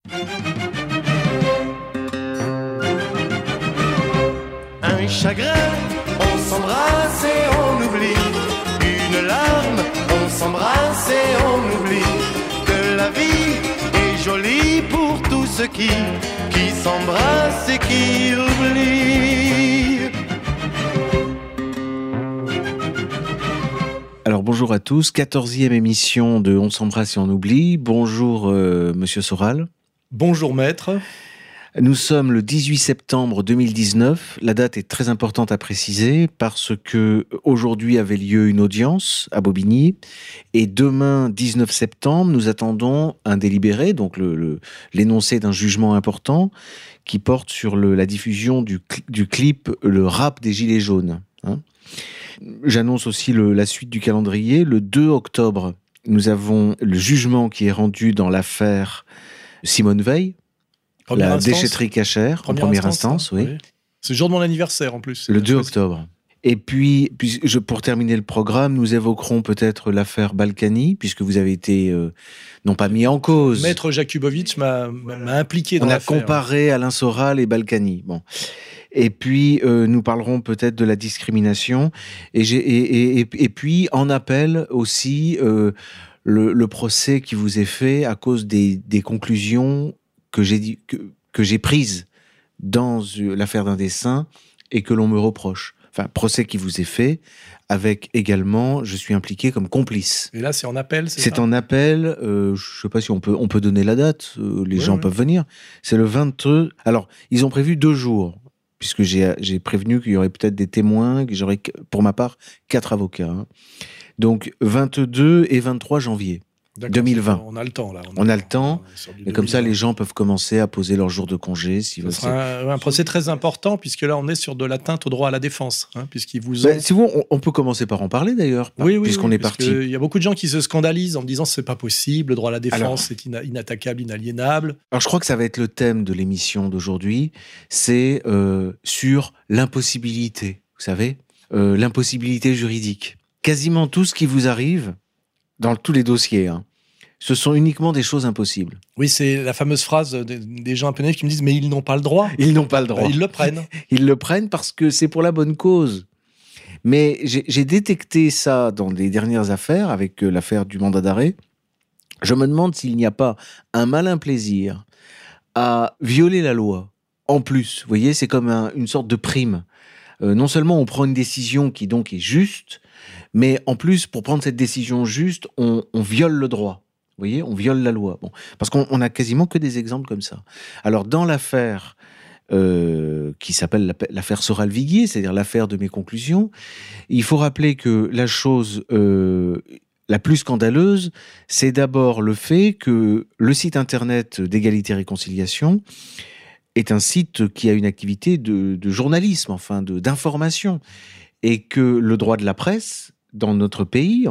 Un chagrin, on s'embrasse et on oublie. Une larme, on s'embrasse et on oublie. Que la vie est jolie pour tous ceux qui s'embrassent et qui oublient. Alors bonjour à tous, 14e émission de On s'embrasse et on oublie. Bonjour Monsieur Soral. Bonjour maître. Nous sommes le 18 septembre 2019. La date est très importante à préciser parce que aujourd'hui avait lieu une audience à Bobigny et demain, 19 septembre, nous attendons un délibéré, donc l'énoncé d'un jugement important qui porte sur la diffusion du clip Le rap des Gilets jaunes. J'annonce aussi la suite du calendrier. Le 2 octobre, nous avons le jugement qui est rendu dans l'affaire Simone Veil. La déchetterie cachère, en première instance, oui. C'est le jour de mon anniversaire, en plus. Le 2 octobre. Et puis pour terminer le programme, nous évoquerons peut-être l'affaire Balkany, puisque vous avez été, non pas mis en cause. Maître Jakubowicz m'a impliqué dans l'affaire. On a comparé Alain Soral et Balkany. Bon. Et puis, nous parlerons peut-être de la discrimination. Et puis, en appel aussi, le procès qui vous est fait à cause des conclusions que j'ai prise dans l'affaire d'un dessin et que l'on me reproche. Enfin, procès qui vous est fait, avec également, je suis impliqué comme complice. Et là, c'est en appel, c'est en appel, je ne sais pas si on peut donner la date, les gens peuvent venir. C'est le 22... Alors, ils ont prévu 2 jours, puisque j'ai prévenu qu'il y aurait peut-être des témoins, que j'aurais, pour ma part, 4 avocats. Donc, 22 et 23 janvier. D'accord, 2020. On a le temps, là. On a le temps, et comme ça, les gens peuvent commencer à poser leur jour de congé. Ce sera un procès très important, puisque là, on est sur de l'atteinte au droit à la défense. Puisqu'ils vous ont... Si vous, on peut commencer par en parler, d'ailleurs, puisqu'on est parti. Il y a beaucoup de gens qui se scandalisent en me disant « c'est pas possible, le droit à la défense, c'est inattaquable, inaliénable ». Alors, je crois que ça va être le thème de l'émission d'aujourd'hui, c'est sur l'impossibilité, vous savez, l'impossibilité juridique. Quasiment tout ce qui vous arrive, dans tous les dossiers, ce sont uniquement des choses impossibles. Oui, c'est la fameuse phrase des gens un peu naïfs qui me disent « mais ils n'ont pas le droit ». Ils n'ont pas le droit. Ils le prennent. Ils le prennent parce que c'est pour la bonne cause. Mais j'ai détecté ça dans les dernières affaires, avec l'affaire du mandat d'arrêt. Je me demande s'il n'y a pas un malin plaisir à violer la loi. En plus, vous voyez, c'est comme une sorte de prime. Non seulement on prend une décision qui donc est juste, mais en plus, pour prendre cette décision juste, on viole le droit. Vous voyez, on viole la loi. Bon, parce qu'on a quasiment que des exemples comme ça. Alors, dans l'affaire qui s'appelle l'affaire Soral-Viguier, c'est-à-dire l'affaire de mes conclusions, il faut rappeler que la chose la plus scandaleuse, c'est d'abord le fait que le site internet d'Égalité et Réconciliation est un site qui a une activité de journalisme, enfin d'information, et que le droit de la presse dans notre pays,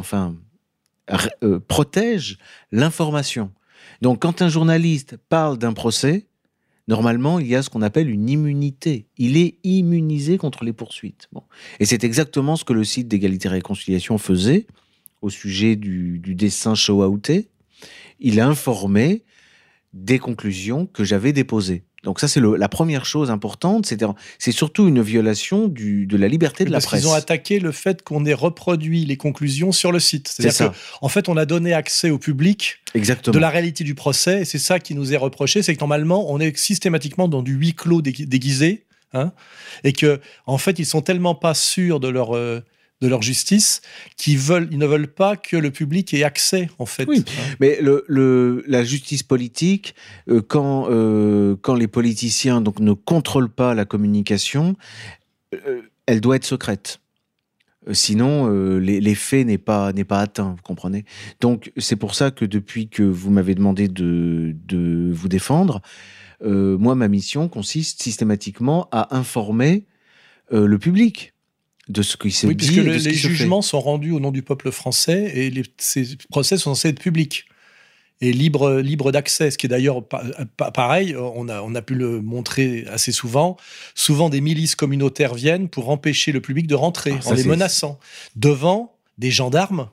protège l'information. Donc, quand un journaliste parle d'un procès, normalement, il y a ce qu'on appelle une immunité. Il est immunisé contre les poursuites. Bon. Et c'est exactement ce que le site d'Égalité et Réconciliation faisait au sujet du dessin Shoah Outé. Il a informé des conclusions que j'avais déposées. Donc ça, c'est la première chose importante, c'est surtout une violation de la liberté de la presse. Parce qu'ils ont attaqué le fait qu'on ait reproduit les conclusions sur le site. C'est-à-dire qu'en fait, on a donné accès au public de la réalité du procès, et c'est ça qui nous est reproché, c'est que normalement, on est systématiquement dans du huis clos déguisé, et que, en fait, ils sont tellement pas sûrs de leur justice, ils ne veulent pas que le public ait accès, en fait. Oui, mais la justice politique, quand les politiciens donc, ne contrôlent pas la communication, elle doit être secrète. Sinon, l'effet n'est pas atteint, vous comprenez ? Donc, c'est pour ça que depuis que vous m'avez demandé de vous défendre, moi, ma mission consiste systématiquement à informer le public de ce qui se dit. Puisque les jugements sont rendus au nom du peuple français et ces procès sont censés être publics et libre d'accès, ce qui est d'ailleurs pareil, on a pu le montrer assez souvent. Souvent, des milices communautaires viennent pour empêcher le public de rentrer, en les menaçant, devant des gendarmes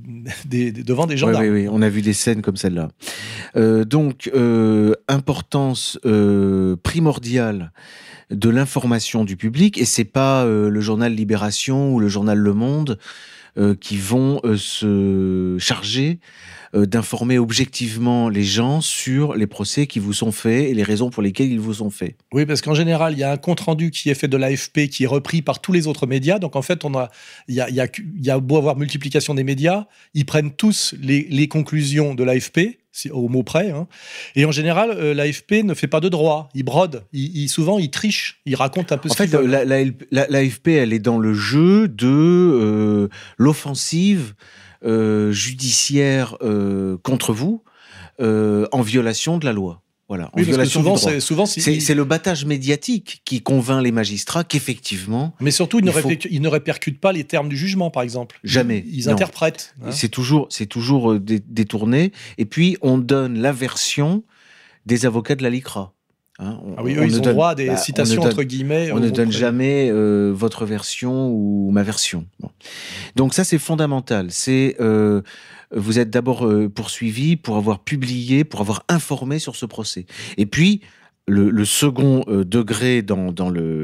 devant des gendarmes. Oui, on a vu des scènes comme celle-là. Donc, importance primordiale de l'information du public, et c'est pas le journal Libération ou le journal Le Monde qui vont se charger d'informer objectivement les gens sur les procès qui vous sont faits et les raisons pour lesquelles ils vous sont faits. Oui, parce qu'en général, il y a un compte-rendu qui est fait de l'AFP qui est repris par tous les autres médias. Donc en fait, il y a beau avoir multiplication des médias, ils prennent tous les conclusions de l'AFP, au mot près. Hein. Et en général, l'AFP ne fait pas de droit. Ils brodent. Souvent, ils trichent. Ils racontent un peu ce qu'ils veulent. En fait, l'AFP, elle est dans le jeu de l'offensive judiciaire contre vous en violation de la loi. Voilà, en violation du droit. C'est le battage médiatique qui convainc les magistrats qu'effectivement... Mais surtout, ils ne répercutent pas les termes du jugement, par exemple. Jamais. Ils interprètent. Hein. C'est toujours détourné. Et puis, on donne la version des avocats de la LICRA. Hein, eux, ils ont droit à des citations entre guillemets. On ne donne jamais votre version ou ma version. Bon. Donc ça, c'est fondamental. Vous êtes d'abord poursuivi pour avoir publié, pour avoir informé sur ce procès. Et puis, le second degré dans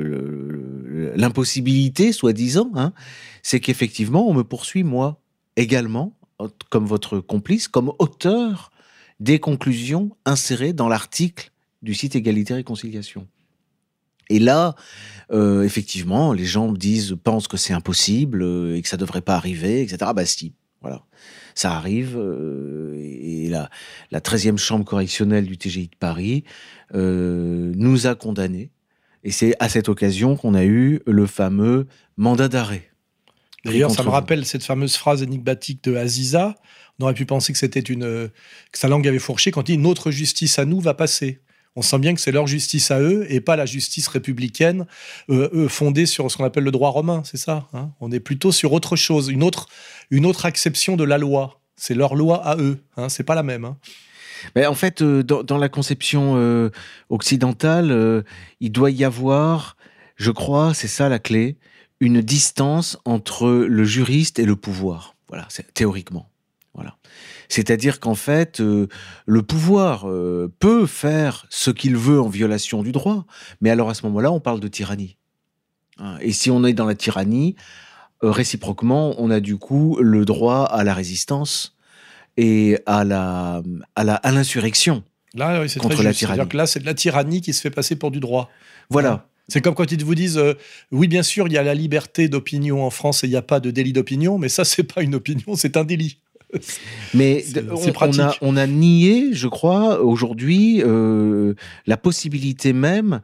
l'impossibilité, soi-disant, hein, c'est qu'effectivement, on me poursuit, moi, également, comme votre complice, comme auteur des conclusions insérées dans l'article du site Égalité et Réconciliation. Et là, effectivement, les gens pensent que c'est impossible et que ça ne devrait pas arriver, etc. Bah si, voilà. Ça arrive, et la 13e chambre correctionnelle du TGI de Paris nous a condamnés. Et c'est à cette occasion qu'on a eu le fameux mandat d'arrêt. D'ailleurs, ça me rappelle cette fameuse phrase énigmatique de Aziza. On aurait pu penser que sa langue avait fourché quand il dit « Notre justice à nous va passer ». On sent bien que c'est leur justice à eux et pas la justice républicaine fondée sur ce qu'on appelle le droit romain, c'est ça, hein. On est plutôt sur autre chose, une autre acception de la loi. C'est leur loi à eux, hein, c'est pas la même. Hein. Mais en fait, dans la conception occidentale, il doit y avoir, je crois, c'est ça la clé, une distance entre le juriste et le pouvoir. Voilà, théoriquement. Voilà. C'est-à-dire qu'en fait, le pouvoir peut faire ce qu'il veut en violation du droit, mais alors à ce moment-là, on parle de tyrannie. Et si on est dans la tyrannie, réciproquement, on a du coup le droit à la résistance et à l'insurrection là, oui, contre la tyrannie. C'est-à-dire que là, c'est de la tyrannie qui se fait passer pour du droit. Voilà. C'est comme quand ils vous disent oui, bien sûr, il y a la liberté d'opinion en France et il n'y a pas de délit d'opinion, mais ça, c'est pas une opinion, c'est un délit. Mais on a nié, je crois, aujourd'hui, la possibilité même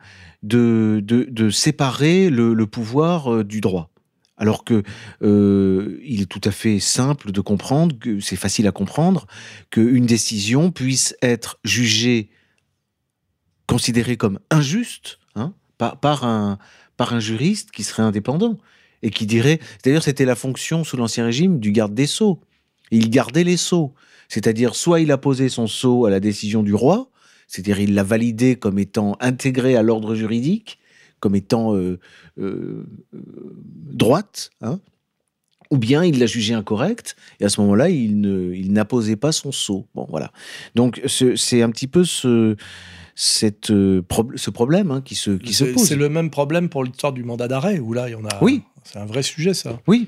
de séparer le pouvoir du droit. Alors que il est tout à fait simple de comprendre, que c'est facile à comprendre, qu'une décision puisse être jugée, considérée comme injuste, hein, par un juriste qui serait indépendant et qui dirait... D'ailleurs, c'était la fonction sous l'Ancien Régime du garde des sceaux. Il gardait les sceaux. C'est-à-dire, soit il a posé son sceau à la décision du roi, c'est-à-dire il l'a validé comme étant intégré à l'ordre juridique, comme étant droite, hein, ou bien il l'a jugé incorrect, et à ce moment-là, il n'apposait pas son sceau. Bon, voilà. Donc, c'est un petit peu ce problème hein, qui se pose. C'est le même problème pour l'histoire du mandat d'arrêt, où là, il y en a... Oui. C'est un vrai sujet, ça. Oui.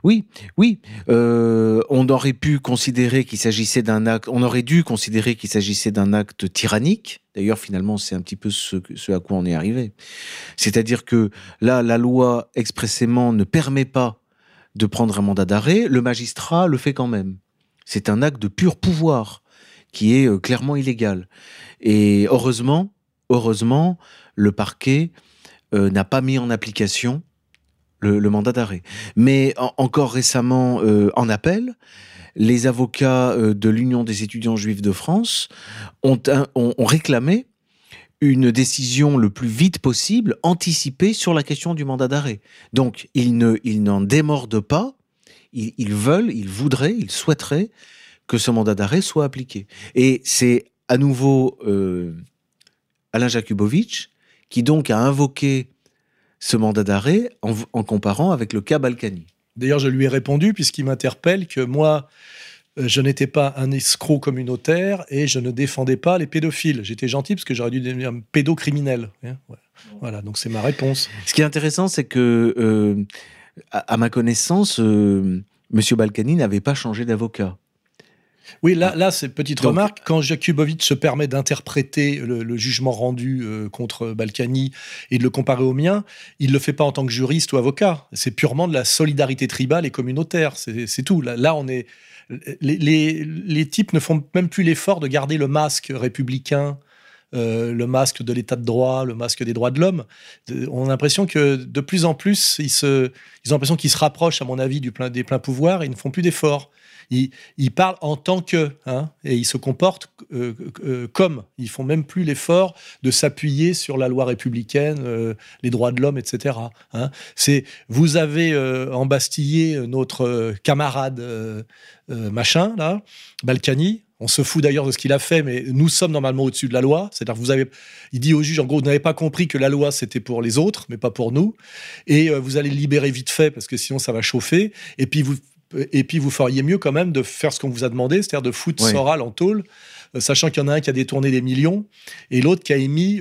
On aurait pu considérer qu'il s'agissait d'un acte... On aurait dû considérer qu'il s'agissait d'un acte tyrannique. D'ailleurs, finalement, c'est un petit peu ce à quoi on est arrivé. C'est-à-dire que là, la loi expressément ne permet pas de prendre un mandat d'arrêt. Le magistrat le fait quand même. C'est un acte de pur pouvoir qui est clairement illégal. Et heureusement, le parquet n'a pas mis en application le mandat d'arrêt. Mais encore récemment, en appel, les avocats de l'Union des étudiants juifs de France ont réclamé une décision le plus vite possible, anticipée sur la question du mandat d'arrêt. Donc, ils n'en démordent pas, ils souhaiteraient que ce mandat d'arrêt soit appliqué. Et c'est à nouveau Alain Jakubowicz qui donc a invoqué ce mandat d'arrêt en comparant avec le cas Balkany. D'ailleurs, je lui ai répondu, puisqu'il m'interpelle, que moi, je n'étais pas un escroc communautaire et je ne défendais pas les pédophiles. J'étais gentil parce que j'aurais dû devenir un pédocriminel. Voilà, donc c'est ma réponse. Ce qui est intéressant, c'est que, à ma connaissance, M. Balkany n'avait pas changé d'avocat. Oui, là c'est petite remarque. Quand Jakubowicz se permet d'interpréter le jugement rendu contre Balkany et de le comparer au mien, il ne le fait pas en tant que juriste ou avocat. C'est purement de la solidarité tribale et communautaire. C'est tout. Là, on est... Les types ne font même plus l'effort de garder le masque républicain, le masque de l'état de droit, le masque des droits de l'homme. On a l'impression que de plus en plus, ils ont l'impression qu'ils se rapprochent, à mon avis, des pleins pouvoirs et ils ne font plus d'efforts. Ils parlent en tant que, et ils se comportent comme. Ils font même plus l'effort de s'appuyer sur la loi républicaine, les droits de l'homme, etc. Vous avez embastillé notre camarade machin, là, Balkany. On se fout d'ailleurs de ce qu'il a fait, mais nous sommes normalement au-dessus de la loi. C'est-à-dire il dit au juge, en gros, vous n'avez pas compris que la loi, c'était pour les autres, mais pas pour nous. Et vous allez le libérer vite fait, parce que sinon, ça va chauffer. Et puis, vous feriez mieux quand même de faire ce qu'on vous a demandé, c'est-à-dire de foutre Soral en tôle, sachant qu'il y en a un qui a détourné des millions et l'autre qui a émis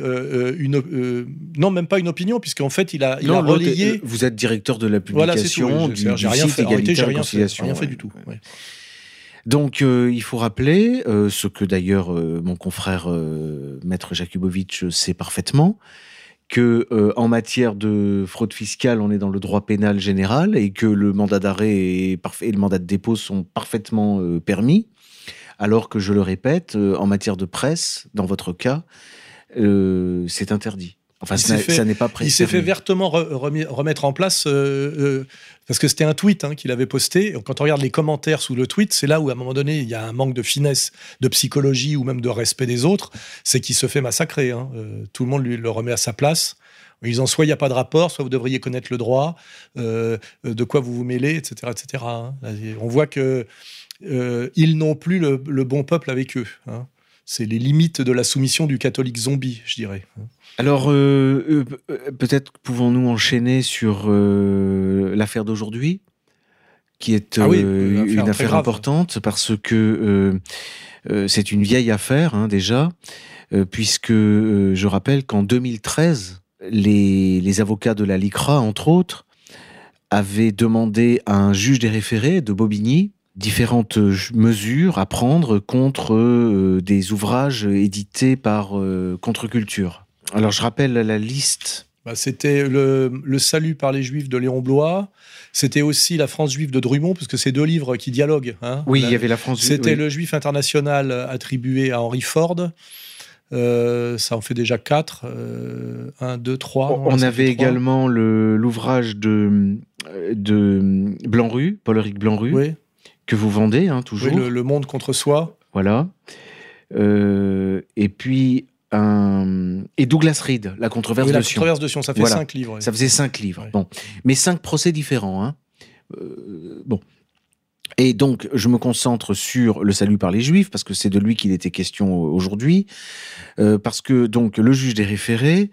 non, même pas une opinion, puisqu'en fait, il a relayé... Vous êtes directeur de la publication du site Égalité et Réconciliation. J'ai rien fait du tout. Ouais. Donc, il faut rappeler, ce que d'ailleurs mon confrère Maître Jakubowicz sait parfaitement, que en matière de fraude fiscale, on est dans le droit pénal général et que le mandat d'arrêt et le mandat de dépôt sont parfaitement permis, alors que, je le répète, en matière de presse, dans votre cas, c'est interdit. Enfin, ça n'est pas prévu. Il s'est fait vertement remettre en place parce que c'était un tweet qu'il avait posté. Et quand on regarde les commentaires sous le tweet, c'est là où, à un moment donné, il y a un manque de finesse, de psychologie ou même de respect des autres. C'est qu'il se fait massacrer. Tout le monde lui le remet à sa place. Ils disant soit il n'y a pas de rapport, soit vous devriez connaître le droit, de quoi vous vous mêlez, etc. etc. On voit qu'ils n'ont plus le bon peuple avec eux. C'est les limites de la soumission du catholique zombie, je dirais. Alors, peut-être pouvons-nous enchaîner sur l'affaire d'aujourd'hui, qui est une affaire importante, parce que c'est une vieille affaire, déjà, puisque je rappelle qu'en 2013, les avocats de la LICRA, entre autres, avaient demandé à un juge des référés de Bobigny différentes mesures à prendre contre des ouvrages édités par Contre-Culture. Alors, je rappelle la liste. C'était le Salut par les Juifs de Léon Bloy. C'était aussi La France juive de Drummond, parce que c'est deux livres qui dialoguent. Oui, il y avait La France juive. C'était Le Juif international attribué à Henry Ford. Ça en fait déjà 4. 1, 2, 3. On avait également l'ouvrage de Blanc-Rue, Paul-Éric Blanc-Rue, que vous vendez, toujours. Oui, le Monde contre soi. Voilà. Et puis... Et Douglas Reed, La controverse de Sion. La controverse de Sion, ça fait 5 livres. Ça faisait 5 livres. Ouais. Bon. Mais 5 procès différents. Bon. Et donc, je me concentre sur le salut par les Juifs, parce que c'est de lui qu'il était question aujourd'hui. Parce que, donc, le juge des référés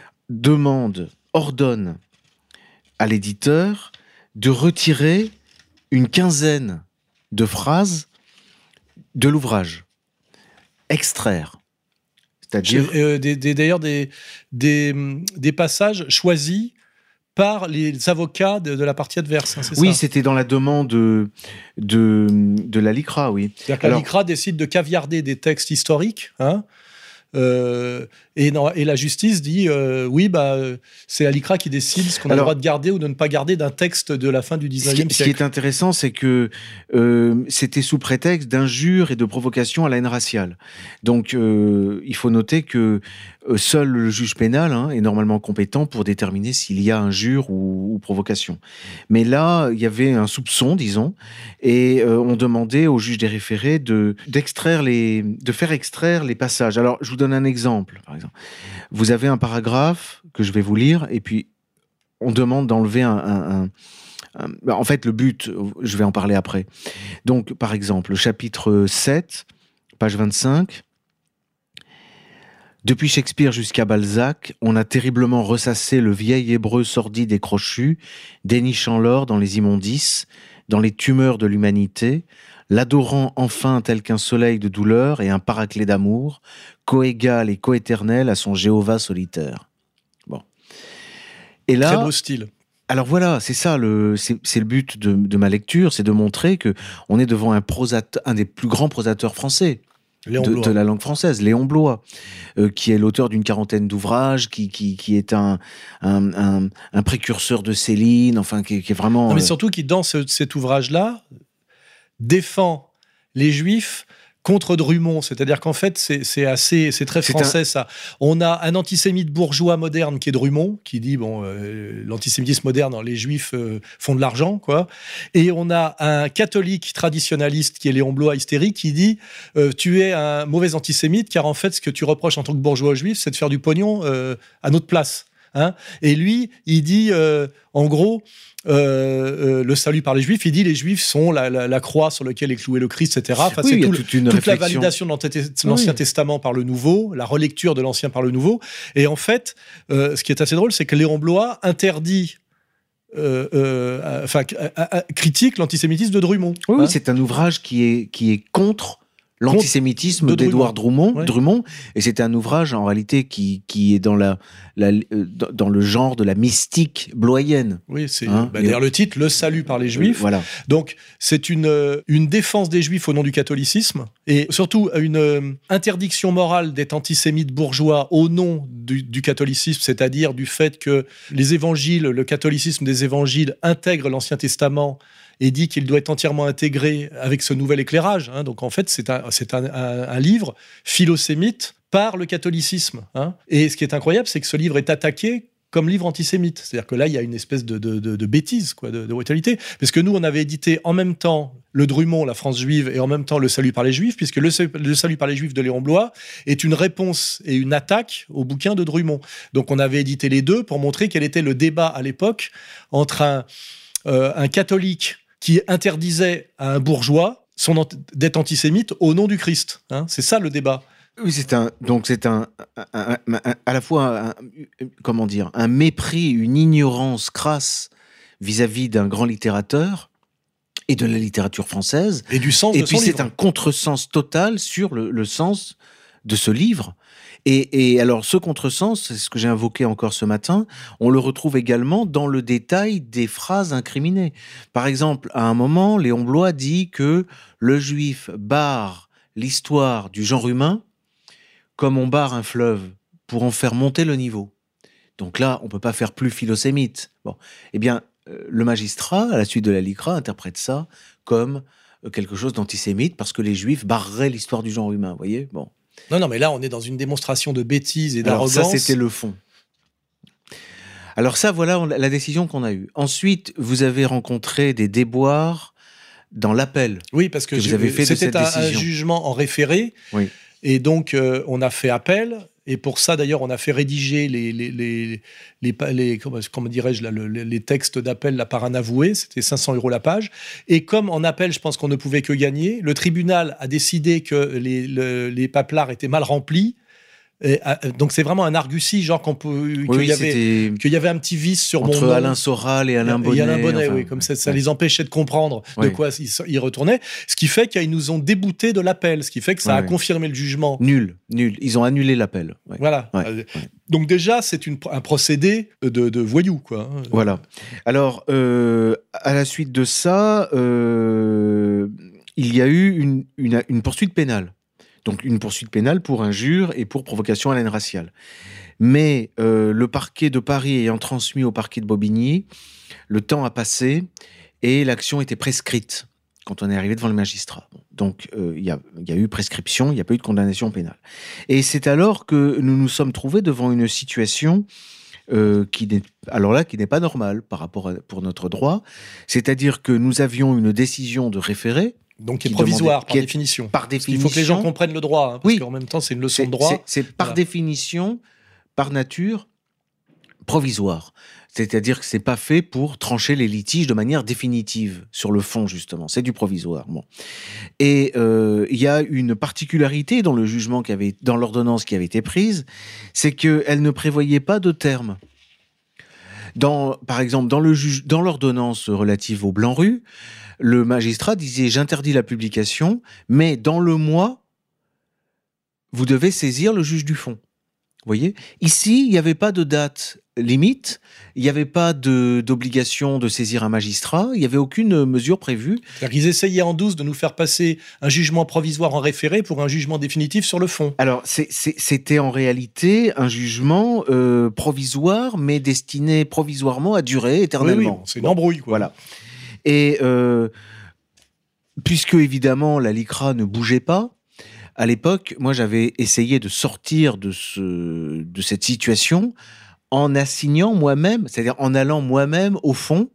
ordonne à l'éditeur de retirer une quinzaine de phrases de l'ouvrage. Extraire. C'est-à-dire d'ailleurs des passages choisis par les avocats de la partie adverse. C'est oui, ça c'était dans la demande de la LICRA, oui. C'est-à-dire que la LICRA décide de caviarder des textes historiques, et la justice dit c'est la LICRA qui décide ce qu'on a le droit de garder ou de ne pas garder d'un texte de la fin du 19e siècle. Ce qui est intéressant, c'est que c'était sous prétexte d'injures et de provocation à la haine raciale. Donc, il faut noter que seul le juge pénal est normalement compétent pour déterminer s'il y a injure ou provocation. Mais là, il y avait un soupçon, disons, et on demandait au juge des référés de faire extraire les passages. Alors, je vous donne un exemple. Par exemple, vous avez un paragraphe que je vais vous lire, et puis on demande d'enlever en fait, le but, je vais en parler après. Donc, par exemple, le chapitre 7, page 25. Depuis Shakespeare jusqu'à Balzac, on a terriblement ressassé le vieil hébreu sordide et crochu, dénichant l'or dans les immondices, dans les tumeurs de l'humanité, l'adorant enfin tel qu'un soleil de douleur et un paraclet d'amour, coégal et coéternel à son Jéhovah solitaire. Bon. Et là, très beau style. Alors voilà, c'est ça, c'est le but de ma lecture, c'est de montrer que on est devant un des plus grands prosateurs français. De la langue française, Léon Bloy, qui est l'auteur d'une quarantaine d'ouvrages, qui est un précurseur de Céline, enfin qui est vraiment... Non, mais surtout qui, dans cet ouvrage-là, défend les Juifs contre Drummond, c'est-à-dire qu'en fait, c'est très français, ça. On a un antisémite bourgeois moderne qui est Drummond, qui dit, l'antisémitisme moderne, les Juifs font de l'argent, quoi. Et on a un catholique traditionnaliste qui est Léon Bloy hystérique, qui dit, tu es un mauvais antisémite, car en fait, ce que tu reproches en tant que bourgeois aux Juifs, c'est de faire du pognon à notre place. Hein. Et lui, il dit, en gros... le salut par les Juifs, il dit les Juifs sont la croix sur laquelle est cloué le Christ, etc. Enfin, oui, c'est toute la validation de l'Ancien Testament par le Nouveau, la relecture de l'Ancien par le Nouveau. Et en fait, ce qui est assez drôle, c'est que Léon Bloy interdit, critique l'antisémitisme de Drummond. Oui, hein. C'est un ouvrage qui est contre l'antisémitisme d'Édouard Drummond, et c'est un ouvrage en réalité qui est dans dans le genre de la mystique bloyenne. Oui, c'est d'ailleurs le titre, Le salut par les Juifs. Voilà. Donc c'est une défense des Juifs au nom du catholicisme, et surtout une interdiction morale d'être antisémite bourgeois au nom du catholicisme, c'est-à-dire du fait que les évangiles, le catholicisme des évangiles intègre l'Ancien Testament et dit qu'il doit être entièrement intégré avec ce nouvel éclairage. Hein. Donc en fait, c'est un livre philosémite par le catholicisme. Hein. Et ce qui est incroyable, c'est que ce livre est attaqué comme livre antisémite. C'est-à-dire que là, il y a une espèce de bêtise, quoi, de brutalité. Parce que nous, on avait édité en même temps le Drummond, La France juive, et en même temps Le salut par les Juifs, puisque le salut par les Juifs de Léon Bloy est une réponse et une attaque au bouquin de Drummond. Donc on avait édité les deux pour montrer quel était le débat à l'époque entre un catholique qui interdisait à un bourgeois d'être antisémite au nom du Christ. Hein, c'est ça le débat. Oui, c'est à la fois un mépris, une ignorance crasse vis-à-vis d'un grand littérateur et de la littérature française. Et du sens de son livre. Et puis c'est un contresens total sur le sens de ce livre. Et alors, ce contresens, c'est ce que j'ai invoqué encore ce matin, on le retrouve également dans le détail des phrases incriminées. Par exemple, à un moment, Léon Bloy dit que le juif barre l'histoire du genre humain comme on barre un fleuve pour en faire monter le niveau. Donc là, on peut pas faire plus philosémite. Bon, eh bien, le magistrat, à la suite de la LICRA, interprète ça comme quelque chose d'antisémite parce que les juifs barreraient l'histoire du genre humain, vous voyez ? Bon. Non, mais là, on est dans une démonstration de bêtise et d'arrogance. Alors ça, c'était le fond. Alors ça, voilà la décision qu'on a eue. Ensuite, vous avez rencontré des déboires dans l'appel. Oui, parce que vous avez fait c'était un jugement en référé. Oui. Et donc, on a fait appel. Et pour ça, d'ailleurs, on a fait rédiger les textes d'appel par un avoué. C'était 500 € la page. Et comme en appel, je pense qu'on ne pouvait que gagner, le tribunal a décidé que les paplards étaient mal remplis. Et, donc c'est vraiment un argutie, genre qu'il y avait un petit vice sur entre mon nom. Alain Soral et Alain Bonnet. Et Alain Bonnet, oui, comme ça les empêchait de comprendre de quoi ils retournaient. Ce qui fait qu'ils nous ont déboutés de l'appel, ce qui fait que ça a confirmé le jugement. Nul. Ils ont annulé l'appel. Ouais. Voilà. Ouais. Donc déjà, c'est un procédé de voyous, quoi. Voilà. Alors, à la suite de ça, il y a eu une poursuite pénale. Donc une poursuite pénale pour injure et pour provocation à la haine raciale. Mais le parquet de Paris ayant transmis au parquet de Bobigny, le temps a passé et l'action était prescrite quand on est arrivé devant le magistrat. Donc il y a eu prescription, il n'y a pas eu de condamnation pénale. Et c'est alors que nous nous sommes trouvés devant une situation qui n'est pas normale pour notre droit. C'est-à-dire que nous avions une décision de référé, donc qui est provisoire par définition. Par définition. Il faut que les gens comprennent le droit, parce qu'en même temps, c'est une leçon de droit. C'est par définition, par nature, provisoire. C'est-à-dire que c'est pas fait pour trancher les litiges de manière définitive sur le fond, justement. C'est du provisoire. Bon. Et il y a une particularité dans le jugement dans l'ordonnance qui avait été prise, c'est qu'elle ne prévoyait pas de terme. Par exemple, dans l'ordonnance relative au Blanc-Rue, le magistrat disait « j'interdis la publication, mais dans le mois, vous devez saisir le juge du fond ». Vous voyez ? Ici, il n'y avait pas de date limite, il n'y avait pas d'obligation de saisir un magistrat, il n'y avait aucune mesure prévue. C'est-à-dire qu'ils essayaient en douce de nous faire passer un jugement provisoire en référé pour un jugement définitif sur le fond. Alors, c'était en réalité un jugement provisoire, mais destiné provisoirement à durer éternellement. Oui, c'est une embrouille, quoi. Voilà. Et puisque, évidemment, la LICRA ne bougeait pas, à l'époque, moi, j'avais essayé de sortir de cette situation en assignant moi-même, c'est-à-dire en allant moi-même au fond,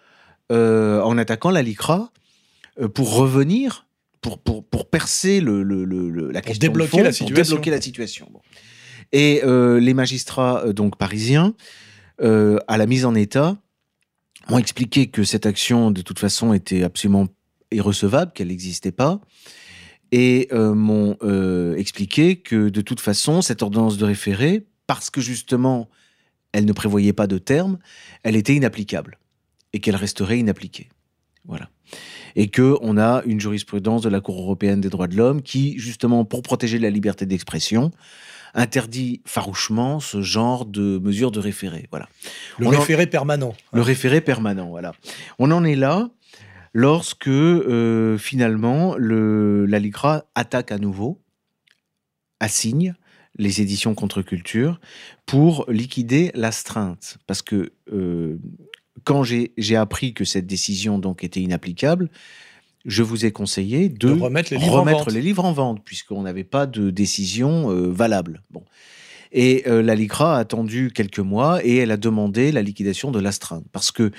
en attaquant la LICRA, pour revenir, pour percer la question débloquer de fond, la situation. Pour débloquer la situation. Bon. Et les magistrats donc parisiens, à la mise en état, m'ont expliqué que cette action, de toute façon, était absolument irrecevable, qu'elle n'existait pas, et m'ont expliqué que, de toute façon, cette ordonnance de référé, parce que justement, elle ne prévoyait pas de terme, elle était inapplicable, et qu'elle resterait inappliquée. Voilà. Et qu'on a une jurisprudence de la Cour européenne des droits de l'homme qui, justement, pour protéger la liberté d'expression, interdit farouchement ce genre de mesures de référé. Voilà. Le référé permanent. Le référé permanent, voilà. On en est là lorsque, finalement, la LICRA attaque à nouveau, assigne les éditions Contre-Culture pour liquider l'astreinte. Parce que quand j'ai appris que cette décision donc était inapplicable, je vous ai conseillé de remettre les livres en vente, puisqu'on n'avait pas de décision valable. Bon. Et la LICRA a attendu quelques mois et elle a demandé la liquidation de l'astreinte. Parce que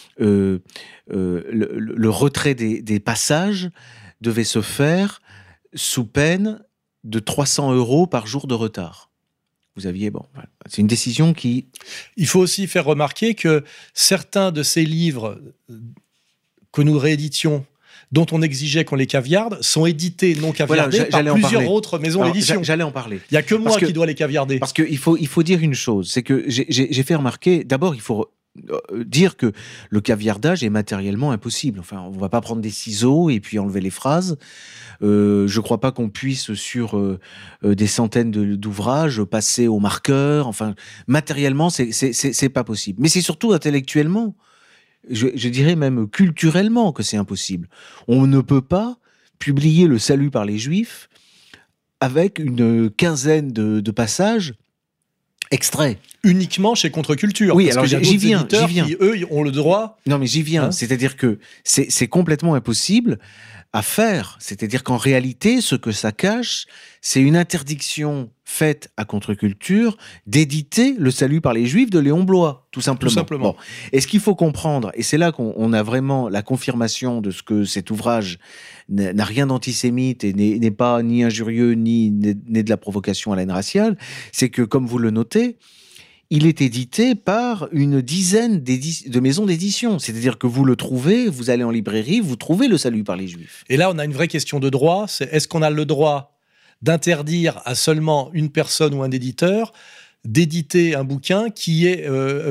le retrait des passages devait se faire sous peine de 300 € par jour de retard. Vous aviez, voilà. C'est une décision qui... Il faut aussi faire remarquer que certains de ces livres que nous rééditions, dont on exigeait qu'on les caviarde, sont édités non caviardés par plusieurs autres maisons d'édition. J'allais en parler. Il n'y a que moi qui dois les caviarder. Parce qu'il faut dire une chose, c'est que j'ai fait remarquer, d'abord il faut dire que le caviardage est matériellement impossible. Enfin, on ne va pas prendre des ciseaux et puis enlever les phrases. Je ne crois pas qu'on puisse, sur des centaines d'ouvrages, passer au marqueur. Enfin, matériellement, c'est pas possible. Mais c'est surtout intellectuellement, je dirais même culturellement que c'est impossible. On ne peut pas publier Le Salut par les Juifs avec une quinzaine de passages extraits. Uniquement chez Contre-Culture. Oui, parce alors j'y viens. Qui, eux, ont le droit... Non, mais j'y viens. C'est-à-dire que c'est complètement impossible à faire. C'est-à-dire qu'en réalité, ce que ça cache, c'est une interdiction faite à Contre-Culture d'éditer Le Salut par les Juifs de Léon Bloy, tout simplement. Tout simplement. Bon. Et ce qu'il faut comprendre, et c'est là qu'on a vraiment la confirmation de ce que cet ouvrage n'a rien d'antisémite et n'est pas ni injurieux, ni de la provocation à la haine raciale, c'est que, comme vous le notez, il est édité par une dizaine de maisons d'édition. C'est-à-dire que vous le trouvez, vous allez en librairie, vous trouvez Le Salut par les Juifs. Et là, on a une vraie question de droit. C'est est-ce qu'on a le droit d'interdire à seulement une personne ou un éditeur d'éditer un bouquin qui est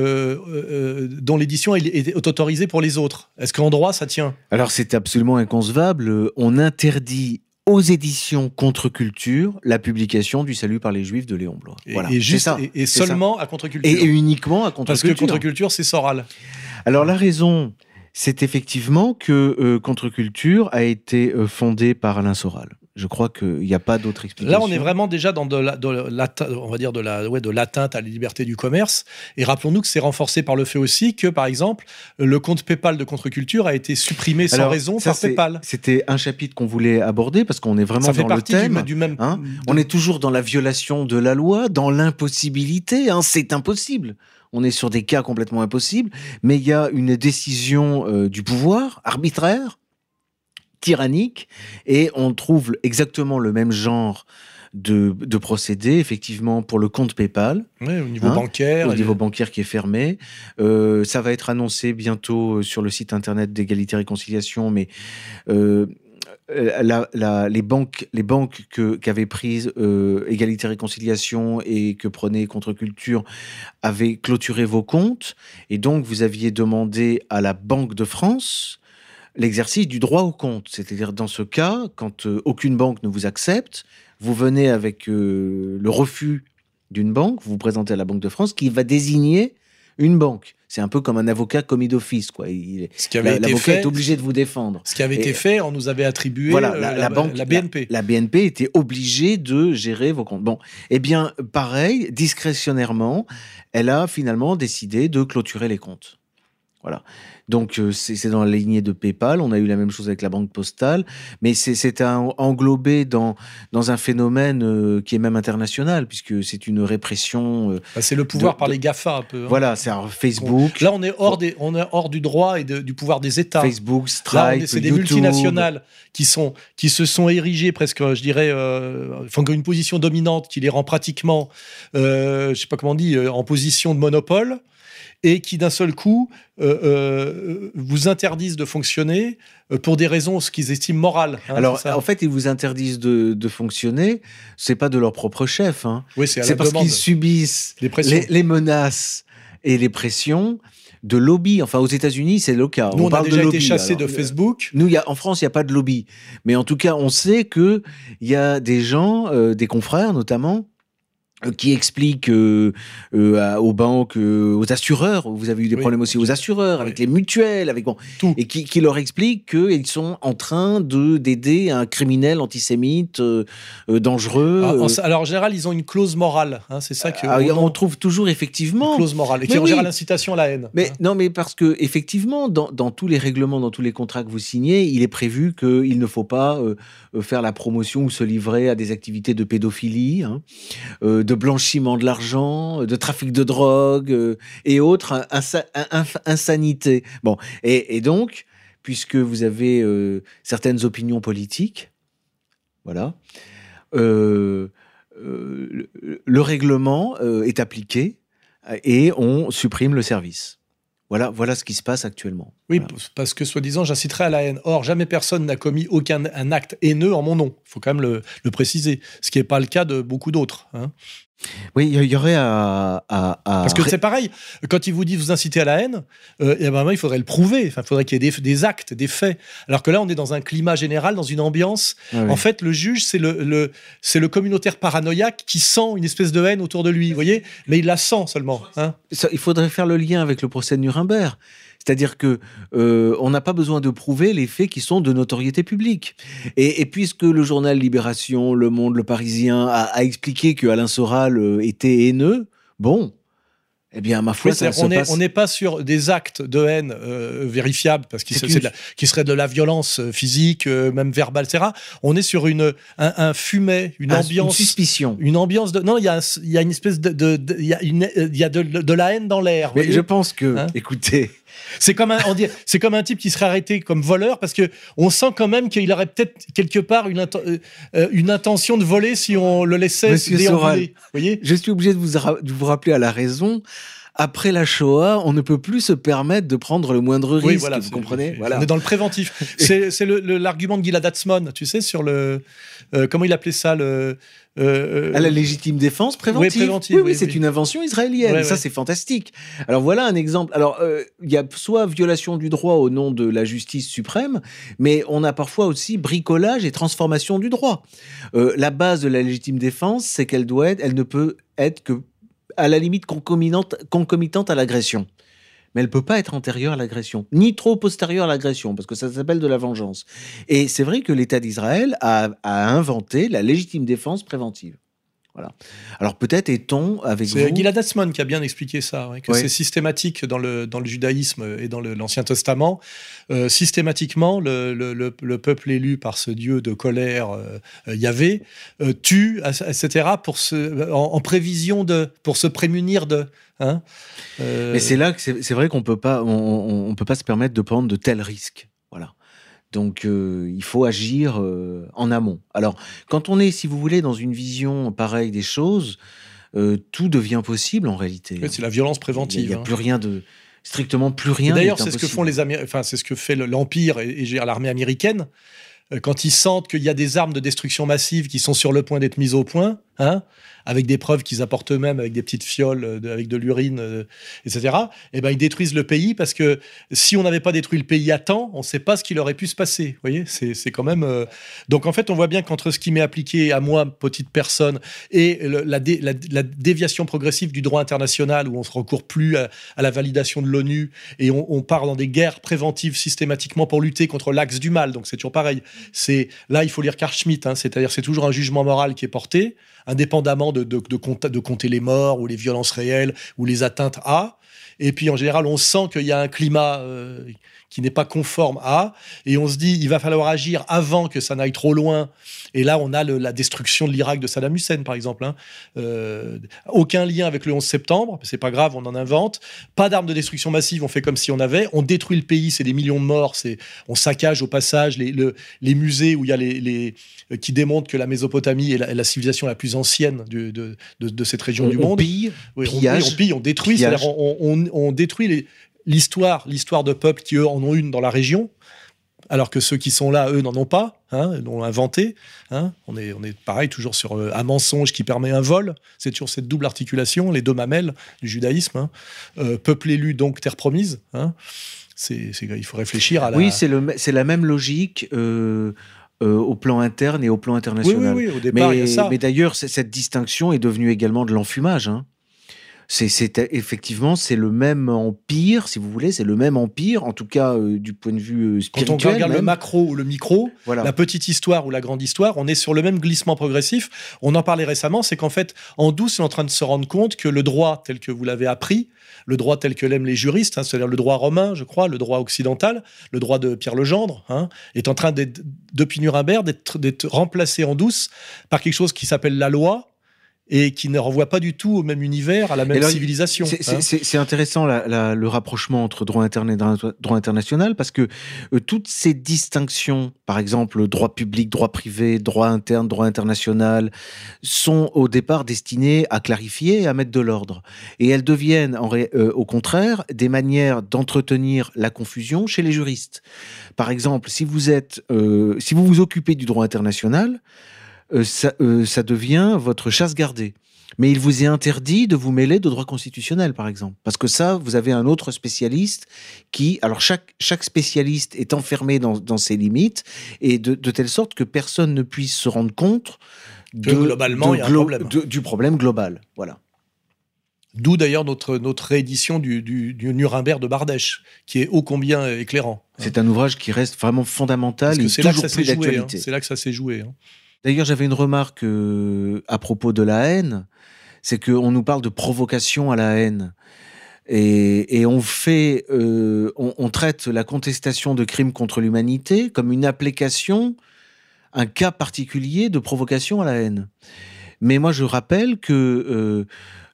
dont l'édition est autorisée pour les autres? Est-ce qu'en droit, ça tient? Alors, c'est absolument inconcevable. On interdit aux éditions Contre-Culture la publication du Salut par les Juifs de Léon Bloy. Voilà, et juste, ça. Et seulement à Contre-Culture. Et uniquement à Contre-Culture. Parce que Contre-Culture, c'est Soral. Alors la raison, c'est effectivement que Contre-Culture a été fondée par Alain Soral. Je crois qu'il n'y a pas d'autre explication. Là, on est vraiment déjà dans de l'atteinte à la liberté du commerce. Et rappelons-nous que c'est renforcé par le fait aussi que, par exemple, le compte PayPal de Contre-Culture a été supprimé sans raison par PayPal. C'était un chapitre qu'on voulait aborder parce qu'on est vraiment dans le thème. Du même, On est toujours dans la violation de la loi, dans l'impossibilité. C'est impossible. On est sur des cas complètement impossibles. Mais il y a une décision du pouvoir arbitraire, tyrannique, et on trouve exactement le même genre de procéder, effectivement, pour le compte PayPal. Oui, au niveau bancaire. Au niveau bancaire qui est fermé. Ça va être annoncé bientôt sur le site internet d'Égalité et Réconciliation, mais les banques qu'avaient prises Égalité et Réconciliation et que prenait Contre-Culture avaient clôturé vos comptes, et donc vous aviez demandé à la Banque de France l'exercice du droit au compte. C'est-à-dire, dans ce cas, quand aucune banque ne vous accepte, vous venez avec le refus d'une banque, vous vous présentez à la Banque de France qui va désigner une banque. C'est un peu comme un avocat commis d'office, quoi. L'avocat est obligé de vous défendre. Ce qui avait été fait, on nous avait attribué la BNP. La BNP était obligée de gérer vos comptes. Bon, eh bien, pareil, discrétionnairement, elle a finalement décidé de clôturer les comptes. Voilà. Donc, c'est dans la lignée de PayPal. On a eu la même chose avec la Banque Postale. Mais c'est englobé dans un phénomène qui est même international, puisque c'est une répression... c'est le pouvoir par les GAFA, un peu. Voilà, c'est Facebook. Là, on est hors du droit et du pouvoir des États. Facebook, Stripe, c'est des YouTube. multinationales qui se sont érigées presque, je dirais, une position dominante qui les rend pratiquement, je sais pas comment on dit, en position de monopole, et qui d'un seul coup vous interdisent de fonctionner pour des raisons ce qu'ils estiment morales. Alors, en fait, ils vous interdisent de fonctionner, c'est pas de leur propre chef. Oui, c'est parce qu'ils subissent les menaces et les pressions de lobby. Enfin, aux États-Unis, c'est le cas. Nous, on a déjà été chassés de Facebook. Nous, en France, il n'y a pas de lobby. Mais en tout cas, on sait qu'il y a des gens, des confrères notamment, qui explique aux banques, aux assureurs, vous avez eu des problèmes aussi aux assureurs, avec les mutuelles, tout. Et qui leur explique qu'ils sont en train d'aider un criminel antisémite dangereux. Alors en général, ils ont une clause morale, c'est ça que on trouve toujours effectivement une clause morale et qui est en général l'incitation à la haine. Mais non, mais parce que effectivement, dans tous les règlements, dans tous les contrats que vous signez, il est prévu qu'il ne faut pas faire la promotion ou se livrer à des activités de pédophilie, de blanchiment de l'argent, de trafic de drogue et autres insanités. Bon, et donc, puisque vous avez certaines opinions politiques, voilà, le règlement est appliqué et on supprime le service. Voilà ce qui se passe actuellement. Oui, voilà. Parce que, soi-disant, j'inciterai à la haine. Or, jamais personne n'a commis un acte haineux en mon nom. Il faut quand même le préciser. Ce qui n'est pas le cas de beaucoup d'autres. Oui, il y aurait à... Parce que c'est pareil. Quand il vous dit vous inciter à la haine, il faudrait le prouver. Enfin, il faudrait qu'il y ait des actes, des faits. Alors que là, on est dans un climat général, dans une ambiance. Ah oui. En fait, le juge, c'est le communautaire paranoïaque qui sent une espèce de haine autour de lui. Vous voyez ? Mais il la sent seulement. Il faudrait faire le lien avec le procès de Nuremberg. C'est-à-dire que on n'a pas besoin de prouver les faits qui sont de notoriété publique. Et puisque le journal Libération, Le Monde, Le Parisien a expliqué que Alain Soral était haineux, bon, eh bien, ma foi, on n'est pas sur des actes de haine vérifiables, parce qui serait de la violence physique, même verbale, etc. On est sur un fumet, une ambiance, une suspicion, une ambiance de. Non, il y a une espèce il y a de la haine dans l'air. Mais je pense que, écoutez. C'est comme un type qui serait arrêté comme voleur, parce que on sent quand même qu'il aurait peut-être quelque part une intention de voler si on le laissait déambuler. Voyez, je suis obligé de vous rappeler à la raison. Après la Shoah, on ne peut plus se permettre de prendre le moindre risque. Oui, voilà, vous comprenez. On est dans le préventif. C'est l'argument de Gilad Atzmon, tu sais, sur comment il appelait ça à la légitime défense préventive. Oui, préventive. Oui, c'est une invention israélienne. Ça, c'est fantastique. Alors voilà un exemple. Alors il y a soit violation du droit au nom de la justice suprême, mais on a parfois aussi bricolage et transformation du droit. La base de la légitime défense, c'est elle ne peut être que à la limite concomitante à l'agression. Mais elle ne peut pas être antérieure à l'agression, ni trop postérieure à l'agression, parce que ça s'appelle de la vengeance. Et c'est vrai que l'État d'Israël a inventé la légitime défense préventive. Voilà. Alors peut-être est-on avec vous... C'est Gilad Atzmon qui a bien expliqué ça, que c'est systématique dans le judaïsme et dans l'Ancien Testament. Systématiquement, le peuple élu par ce Dieu de colère, Yahvé, tue, etc., en prévision pour se prémunir de... Mais c'est là que c'est vrai qu'on peut pas se permettre de prendre de tels risques. Voilà. Donc, il faut agir en amont. Alors, quand on est, si vous voulez, dans une vision pareille des choses, tout devient possible en réalité. C'est la violence préventive. Il n'y a plus rien strictement plus rien. D'ailleurs, c'est ce que font c'est ce que fait l'Empire et l'armée américaine quand ils sentent qu'il y a des armes de destruction massive qui sont sur le point d'être mises au point, avec des preuves qu'ils apportent eux-mêmes, avec des petites fioles, avec de l'urine, etc. Et ben ils détruisent le pays parce que si on n'avait pas détruit le pays à temps, on ne sait pas ce qu'il aurait pu se passer. Vous voyez, c'est quand même. Donc en fait, on voit bien qu'entre ce qui m'est appliqué à moi, petite personne, et la déviation progressive du droit international, où on ne se recourt plus à la validation de l'ONU et on part dans des guerres préventives systématiquement pour lutter contre l'axe du mal. Donc c'est toujours pareil. Là, il faut lire Carl Schmitt, c'est-à-dire c'est toujours un jugement moral qui est porté, indépendamment de compter les morts ou les violences réelles ou les atteintes à. Et puis, en général, on sent qu'il y a un climat qui n'est pas conforme à, et on se dit, il va falloir agir avant que ça n'aille trop loin. Et là, on a la destruction de l'Irak de Saddam Hussein, par exemple. Aucun lien avec le 11 septembre, c'est pas grave, on en invente. Pas d'armes de destruction massive, on fait comme si on avait. On détruit le pays, c'est des millions de morts. On saccage au passage les musées où il y a qui démontrent que la Mésopotamie est la civilisation la plus ancienne de cette région du monde. On pille, on détruit. C'est-à-dire on détruit l'histoire de peuples qui, eux, en ont une dans la région, alors que ceux qui sont là, eux, n'en ont pas, l'ont inventé. On est pareil, toujours sur un mensonge qui permet un vol. C'est toujours cette double articulation, les deux mamelles du judaïsme. Peuple élu, donc terre promise. Il faut réfléchir à la... Oui, c'est la même logique au plan interne et au plan international. Oui, au départ, il y a ça. Mais d'ailleurs, cette distinction est devenue également de l'enfumage. Effectivement, c'est le même empire, si vous voulez, c'est le même empire, en tout cas du point de vue spirituel. Quand on regarde même. le macro ou le micro, voilà. La petite histoire ou la grande histoire, on est sur le même glissement progressif. On en parlait récemment, c'est qu'en fait, en douce, on est en train de se rendre compte que le droit tel que vous l'avez appris, le droit tel que l'aiment les juristes, c'est-à-dire le droit romain, je crois, le droit occidental, le droit de Pierre Legendre, est en train depuis Nuremberg d'être remplacé en douce par quelque chose qui s'appelle la loi, et qui ne renvoie pas du tout au même univers, à la même civilisation. C'est intéressant le rapprochement entre droit interne et droit international, parce que toutes ces distinctions, par exemple droit public, droit privé, droit interne, droit international, sont au départ destinées à clarifier et à mettre de l'ordre. Et elles deviennent, au contraire, des manières d'entretenir la confusion chez les juristes. Par exemple, si vous vous occupez du droit international, ça devient votre chasse gardée. Mais il vous est interdit de vous mêler de droit constitutionnel, par exemple. Parce que ça, vous avez un autre spécialiste qui... Alors, chaque spécialiste est enfermé dans ses limites, et de telle sorte que personne ne puisse se rendre compte globalement, il y a un problème. Du problème global. Voilà. D'où d'ailleurs notre réédition du Nuremberg de Bardèche, qui est ô combien éclairant. C'est un ouvrage qui reste vraiment fondamental et c'est toujours là que ça plus s'est joué. d'actualité. C'est là que ça s'est joué. D'ailleurs, j'avais une remarque à propos de la haine, c'est qu'on nous parle de provocation à la haine. Et on traite la contestation de crimes contre l'humanité comme une application, un cas particulier de provocation à la haine. Mais moi, je rappelle que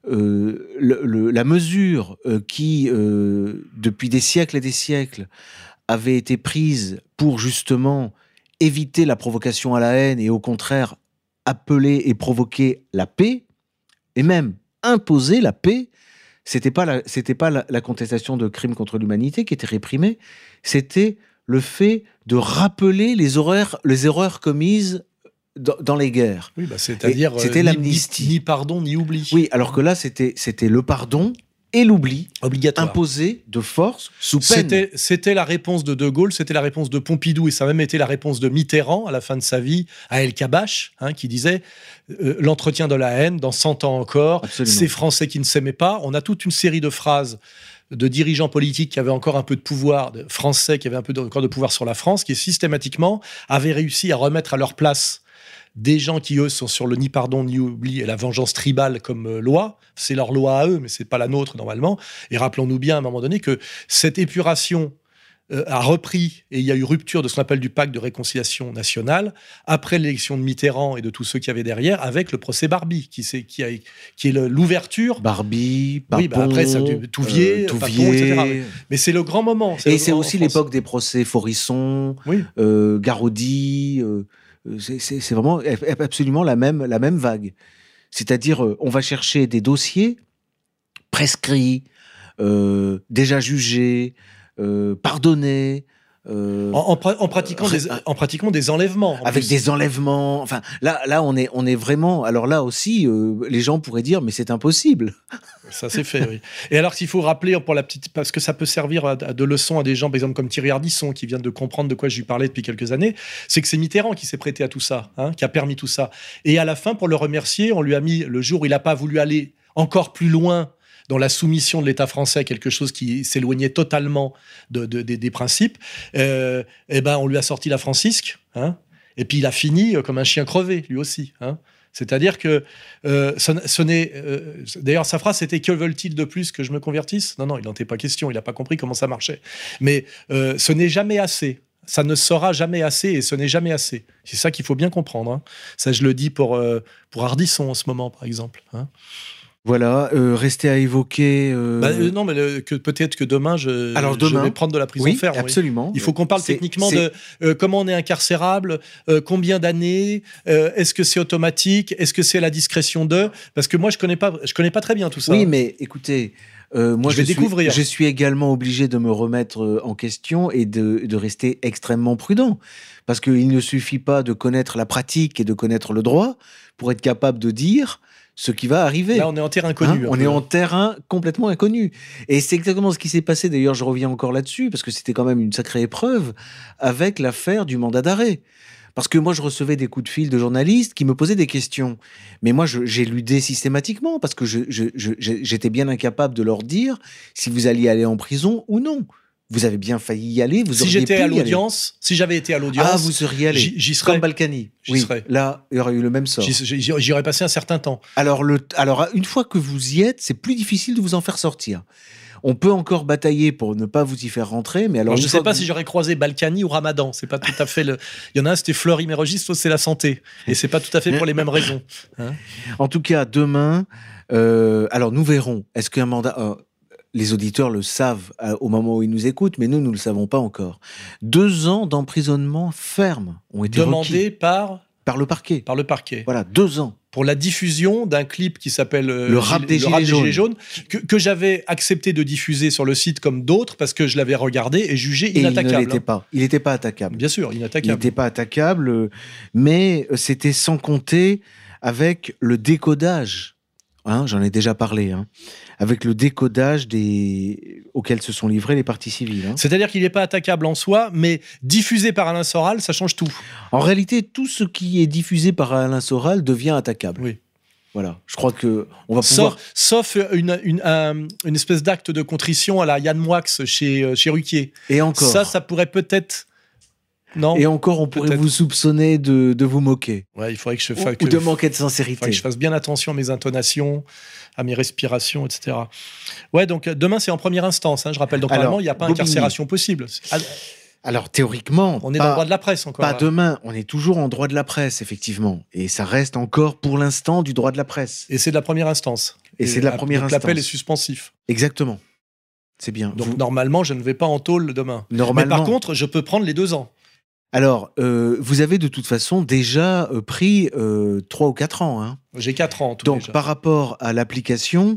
la mesure qui, depuis des siècles et des siècles, avait été prise pour justement éviter la provocation à la haine et au contraire appeler et provoquer la paix, et même imposer la paix, c'était pas la contestation de crimes contre l'humanité qui était réprimée, c'était le fait de rappeler les erreurs commises dans les guerres. Oui, c'est-à-dire c'était l'amnistie. Ni pardon, ni oubli. Oui, alors que là, c'était le pardon et l'oubli obligatoire, imposé de force sous peine. C'était la réponse de De Gaulle, c'était la réponse de Pompidou, et ça a même été la réponse de Mitterrand à la fin de sa vie, à El Kabash, qui disait l'entretien de la haine dans 100 ans encore, Absolument. Ces Français qui ne s'aimaient pas. On a toute une série de phrases de dirigeants politiques qui avaient encore un peu de pouvoir, de Français qui avaient encore de pouvoir sur la France, qui systématiquement avaient réussi à remettre à leur place des gens qui, eux, sont sur le ni pardon ni oubli et la vengeance tribale comme loi. C'est leur loi à eux, mais c'est pas la nôtre normalement. Et rappelons-nous bien à un moment donné que cette épuration a repris, et il y a eu rupture de ce qu'on appelle du pacte de réconciliation nationale, après l'élection de Mitterrand et de tous ceux qui avaient derrière, avec le procès Barbie, qui est l'ouverture. Barbie, Papon, oui, après, ça, Touvier, Papon, etc. Mais c'est le grand moment. Et c'est aussi l'époque des procès Forisson, Garaudy. C'est vraiment absolument la même vague. C'est-à-dire, on va chercher des dossiers prescrits, déjà jugés, pardonnés. En pratiquant des enlèvements. Avec des enlèvements. Enfin, là, on est vraiment. Alors là aussi, les gens pourraient dire, mais c'est impossible. Ça s'est fait, oui. Et alors, s'il faut rappeler parce que ça peut servir de leçon à des gens, par exemple comme Thierry Ardisson, qui vient de comprendre de quoi je lui parlais depuis quelques années, c'est que c'est Mitterrand qui s'est prêté à tout ça, qui a permis tout ça. Et à la fin, pour le remercier, on lui a mis le jour où il n'a pas voulu aller encore plus loin dans la soumission de l'État français à quelque chose qui s'éloignait totalement des principes, on lui a sorti la Francisque, et puis il a fini comme un chien crevé, lui aussi. C'est-à-dire que d'ailleurs, sa phrase, c'était « Que veulent-ils de plus que je me convertisse ?» Non, il n'en était pas question, il n'a pas compris comment ça marchait. Mais ce n'est jamais assez. Ça ne sera jamais assez, et ce n'est jamais assez. C'est ça qu'il faut bien comprendre. Ça, je le dis pour Ardisson en ce moment, par exemple. Voilà, rester à évoquer. Non, mais peut-être que demain, je vais prendre de la prison ferme. Absolument. Oui. Il faut qu'on parle techniquement de comment on est incarcérable, combien d'années, est-ce que c'est automatique, est-ce que c'est à la discrétion d'eux. Parce que moi, je connais pas très bien tout ça. Oui, mais écoutez, moi, je suis également obligé de me remettre en question et de rester extrêmement prudent. Parce qu'il ne suffit pas de connaître la pratique et de connaître le droit pour être capable de dire ce qui va arriver. Là, on est en terrain inconnu. On est en terrain complètement inconnu. Et c'est exactement ce qui s'est passé, d'ailleurs, je reviens encore là-dessus, parce que c'était quand même une sacrée épreuve, avec l'affaire du mandat d'arrêt. Parce que moi, je recevais des coups de fil de journalistes qui me posaient des questions. Mais moi, j'éludais systématiquement, parce que j'étais bien incapable de leur dire si vous alliez aller en prison ou non. Vous avez bien failli y aller. Si j'avais été à l'audience, vous seriez allé. J'y serais. Comme Balkany. J'y serais. Là, il y aurait eu le même sort. J'y aurais passé un certain temps. Alors, une fois que vous y êtes, c'est plus difficile de vous en faire sortir. On peut encore batailler pour ne pas vous y faire rentrer, mais alors... je ne sais pas si j'aurais croisé Balkany ou Ramadan. C'est pas tout à fait Il y en a un, c'était Fleury-Mérogis, l'autre, c'est la santé. Et c'est pas tout à fait pour les mêmes raisons. En tout cas, demain, alors nous verrons. Est-ce qu'un mandat... les auditeurs le savent au moment où ils nous écoutent, mais nous ne le savons pas encore. 2 ans d'emprisonnement ferme ont été demandés par le parquet. Par le parquet. Voilà, 2 ans. Pour la diffusion d'un clip qui s'appelle Le rap des Gilets jaunes, que j'avais accepté de diffuser sur le site comme d'autres, parce que je l'avais regardé et jugé inattaquable. Il n'était pas attaquable. Bien sûr, inattaquable. Il n'était pas attaquable, mais c'était sans compter avec le décodage. J'en ai déjà parlé, avec le décodage auxquels se sont livrés les parties civiles. C'est-à-dire qu'il n'est pas attaquable en soi, mais diffusé par Alain Soral, ça change tout. En réalité, tout ce qui est diffusé par Alain Soral devient attaquable. Oui. Voilà, je crois que on va pouvoir... Sauf une espèce d'acte de contrition à la Yann Moix chez Ruquier. Et encore. Ça pourrait peut-être... Non, et encore, on pourrait vous soupçonner de vous moquer. Ouais, il faudrait que je fasse... Ou de manquer de sincérité. Il faudrait que je fasse bien attention à mes intonations, à mes respirations, etc. Ouais, donc demain, c'est en première instance, je rappelle. Donc normalement, il n'y a pas incarcération possible. Alors, théoriquement... On est dans le droit de la presse encore. Pas demain, on est toujours en droit de la presse, effectivement. Et ça reste encore, pour l'instant, du droit de la presse. Et c'est de la première instance. Donc l'appel est suspensif. Exactement. C'est bien. Donc normalement, je ne vais pas en tôle demain. Normalement. Mais par contre, je peux prendre les 2 ans. Alors, vous avez de toute façon déjà pris 3 ou 4 ans. J'ai 4 ans, Donc, déjà. Par rapport à l'application,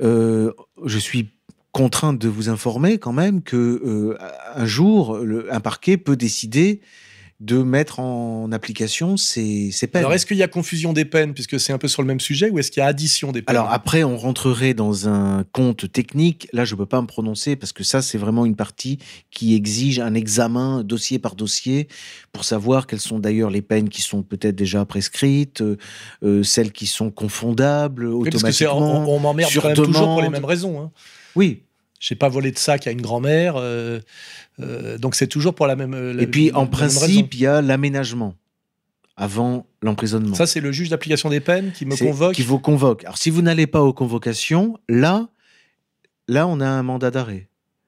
je suis contraint de vous informer quand même que un jour, un parquet peut décider de mettre en application ces peines. Alors, est-ce qu'il y a confusion des peines, puisque c'est un peu sur le même sujet, ou est-ce qu'il y a addition des peines ? Alors après, on rentrerait dans un compte technique. Là, je ne peux pas me prononcer, parce que ça, c'est vraiment une partie qui exige un examen dossier par dossier pour savoir quelles sont d'ailleurs les peines qui sont peut-être déjà prescrites, celles qui sont confondables automatiquement. Parce que on m'emmerde quand même toujours pour les mêmes raisons. Oui. J'ai pas volé de sac à une grand-mère, donc c'est toujours pour la même. Et puis en principe, il y a l'aménagement avant l'emprisonnement. Ça, c'est le juge d'application des peines qui me convoque. Qui vous convoque. Alors si vous n'allez pas aux convocations, là, on a un mandat d'arrêt.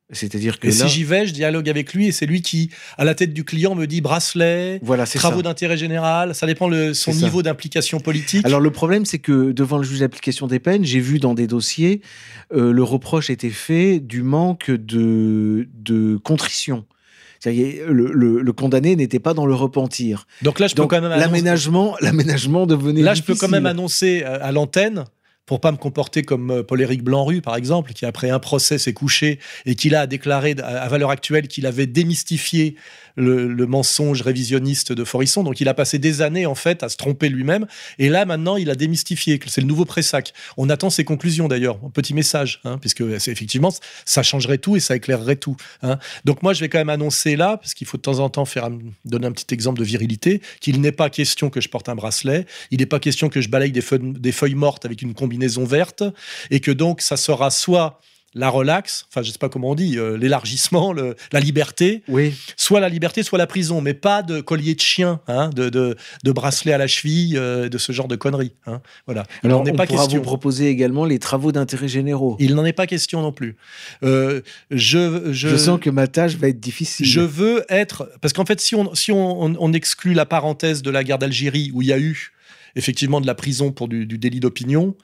C'est-à-dire que si j'y vais, je dialogue avec lui et c'est lui qui, à la tête du client, me dit bracelet, travaux d'intérêt général. Ça dépend de son niveau d'implication politique. Alors le problème, c'est que devant le juge d'application des peines, j'ai vu dans des dossiers, le reproche était fait du manque de contrition. C'est-à-dire, le condamné n'était pas dans le repentir. Donc là, je peux quand même l'aménagement devenait difficile. Là, je peux quand même annoncer à l'antenne, pour pas me comporter comme Paul-Éric Blanc-Rue, par exemple, qui après un procès s'est couché et qui là a déclaré à valeur actuelle qu'il avait démystifié le mensonge révisionniste de Forisson. Donc il a passé des années en fait à se tromper lui-même. Et là maintenant il a démystifié. C'est le nouveau Pressac. On attend ses conclusions d'ailleurs. Un petit message, puisque effectivement ça changerait tout et ça éclairerait tout. Donc moi je vais quand même annoncer là, parce qu'il faut de temps en temps donner un petit exemple de virilité, qu'il n'est pas question que je porte un bracelet. Il n'est pas question que je balaye des feuilles mortes avec une combinaison verte, et que donc ça sera soit la relaxe, enfin je sais pas comment on dit, l'élargissement, la liberté, soit la liberté, soit la prison, mais pas de collier de chien, de bracelet à la cheville, de ce genre de conneries. Voilà. Alors on pourra vous proposer également les travaux d'intérêt généraux. Il n'en est pas question non plus. Je sens que ma tâche va être difficile. Je veux être, parce qu'en fait si on exclut la parenthèse de la guerre d'Algérie où il y a eu effectivement de la prison pour du délit d'opinion.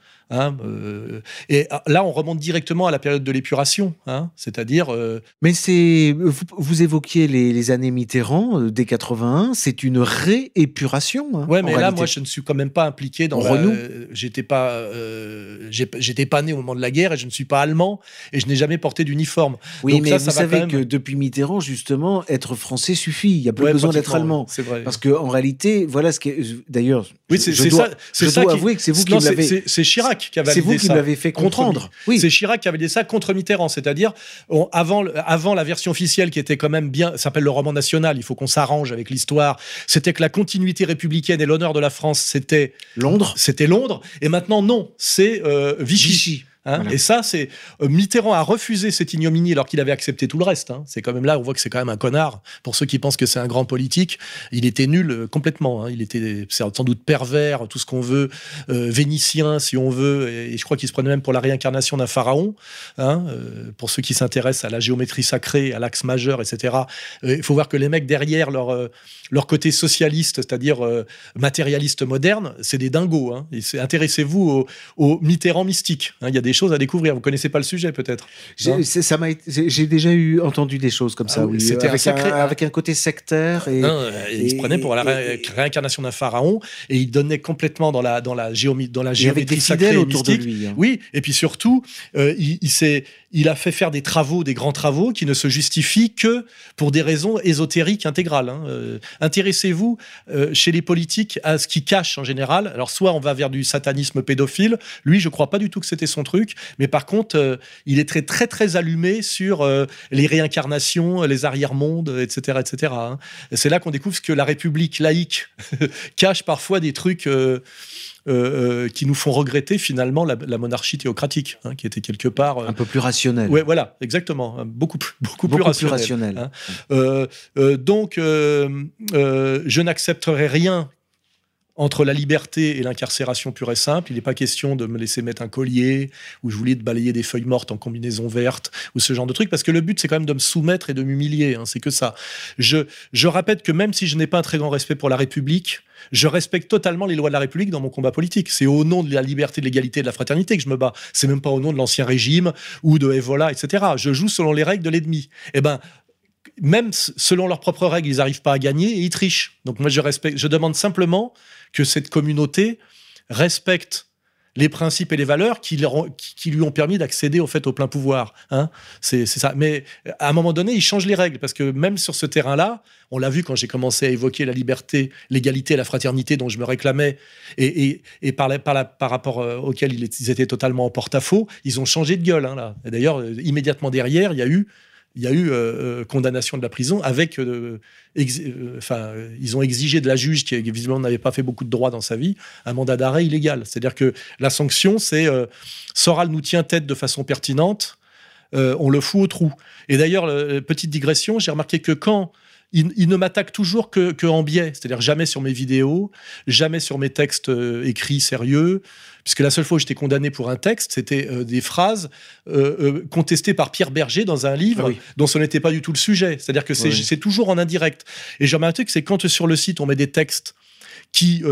Et là, on remonte directement à la période de l'épuration, c'est-à-dire... Mais vous évoquiez les années Mitterrand, dès 81, c'est une réépuration. Ouais, mais là, moi, je ne suis quand même pas impliqué dans Renou. J'étais pas né au moment de la guerre et je ne suis pas allemand et je n'ai jamais porté d'uniforme. Oui, donc mais ça vous savez que depuis Mitterrand, justement, être français suffit. Il n'y a plus besoin d'être allemand. C'est vrai. Parce qu'en réalité, voilà ce qui est... D'ailleurs, oui, je dois avouer que c'est vous qui l'avez... C'est Chirac qui a validé ça. C'est vous qui m'avez fait comprendre. Oui. C'est Chirac qui a validé ça contre Mitterrand. C'est-à-dire, avant la version officielle qui était quand même bien, s'appelle le roman national, il faut qu'on s'arrange avec l'histoire, c'était que la continuité républicaine et l'honneur de la France, c'était Londres. Et maintenant, non, c'est Vichy. Voilà. Et ça, c'est Mitterrand a refusé cette ignominie alors qu'il avait accepté tout le reste. C'est quand même là, on voit que c'est quand même un connard. Pour ceux qui pensent que c'est un grand politique, il était nul complètement. Il était sans doute pervers, tout ce qu'on veut, vénitien si on veut. Et je crois qu'il se prenait même pour la réincarnation d'un pharaon. Pour ceux qui s'intéressent à la géométrie sacrée, à l'axe majeur, etc. Il faut voir que les mecs derrière leur côté socialiste, c'est-à-dire matérialiste moderne, c'est des dingos. Intéressez-vous au Mitterrand mystique. Il y a des choses à découvrir. Vous connaissez pas le sujet, peut-être. J'ai déjà entendu des choses comme ça. Oui. C'était avec un côté sectaire. Il se prenait pour la réincarnation d'un pharaon et il donnait complètement dans la géométrie avec des fidèles autour de lui. Oui, et puis surtout, il a fait faire des grands travaux qui ne se justifient que pour des raisons ésotériques intégrales. Intéressez-vous chez les politiques à ce qu'ils cachent en général. Alors, soit on va vers du satanisme pédophile. Lui, je crois pas du tout que c'était son truc. Mais par contre, il est très, très, très allumé sur les réincarnations, les arrière-mondes, etc., etc. C'est là qu'on découvre que la République laïque cache parfois des trucs... qui nous font regretter finalement la monarchie théocratique, qui était quelque part un peu plus rationnelle. Ouais, voilà, exactement, beaucoup plus rationnelle. Donc, je n'accepterai rien entre la liberté et l'incarcération pure et simple. Il n'est pas question de me laisser mettre un collier ou je voulais de balayer des feuilles mortes en combinaison verte ou ce genre de truc, parce que le but, c'est quand même de me soumettre et de m'humilier. C'est que ça. Je répète que même si je n'ai pas un très grand respect pour la République, je respecte totalement les lois de la République dans mon combat politique. C'est au nom de la liberté, de l'égalité et de la fraternité que je me bats. C'est même pas au nom de l'Ancien Régime ou de Evola, etc. Je joue selon les règles de l'ennemi. Même selon leurs propres règles, ils n'arrivent pas à gagner et ils trichent. Donc moi, je demande simplement que cette communauté respecte les principes et les valeurs qui lui ont permis d'accéder au plein pouvoir. C'est ça. Mais à un moment donné, ils changent les règles parce que même sur ce terrain-là, on l'a vu quand j'ai commencé à évoquer la liberté, l'égalité et la fraternité dont je me réclamais et par rapport auquel ils étaient totalement en porte-à-faux, ils ont changé de gueule. Là. Et d'ailleurs, immédiatement derrière, il y a eu condamnation de la prison avec ils ont exigé de la juge qui visiblement n'avait pas fait beaucoup de droits dans sa vie un mandat d'arrêt illégal. C'est-à-dire que la sanction c'est Soral nous tient tête de façon pertinente, on le fout au trou. Et d'ailleurs, petite digression, j'ai remarqué que quand il ne m'attaque toujours que en biais, c'est-à-dire jamais sur mes vidéos, jamais sur mes textes écrits sérieux, puisque la seule fois où j'étais condamné pour un texte, c'était des phrases contestées par Pierre Berger dans un livre dont ce n'était pas du tout le sujet. C'est-à-dire que c'est toujours en indirect. Et j'ai remarqué que c'est quand sur le site on met des textes qui,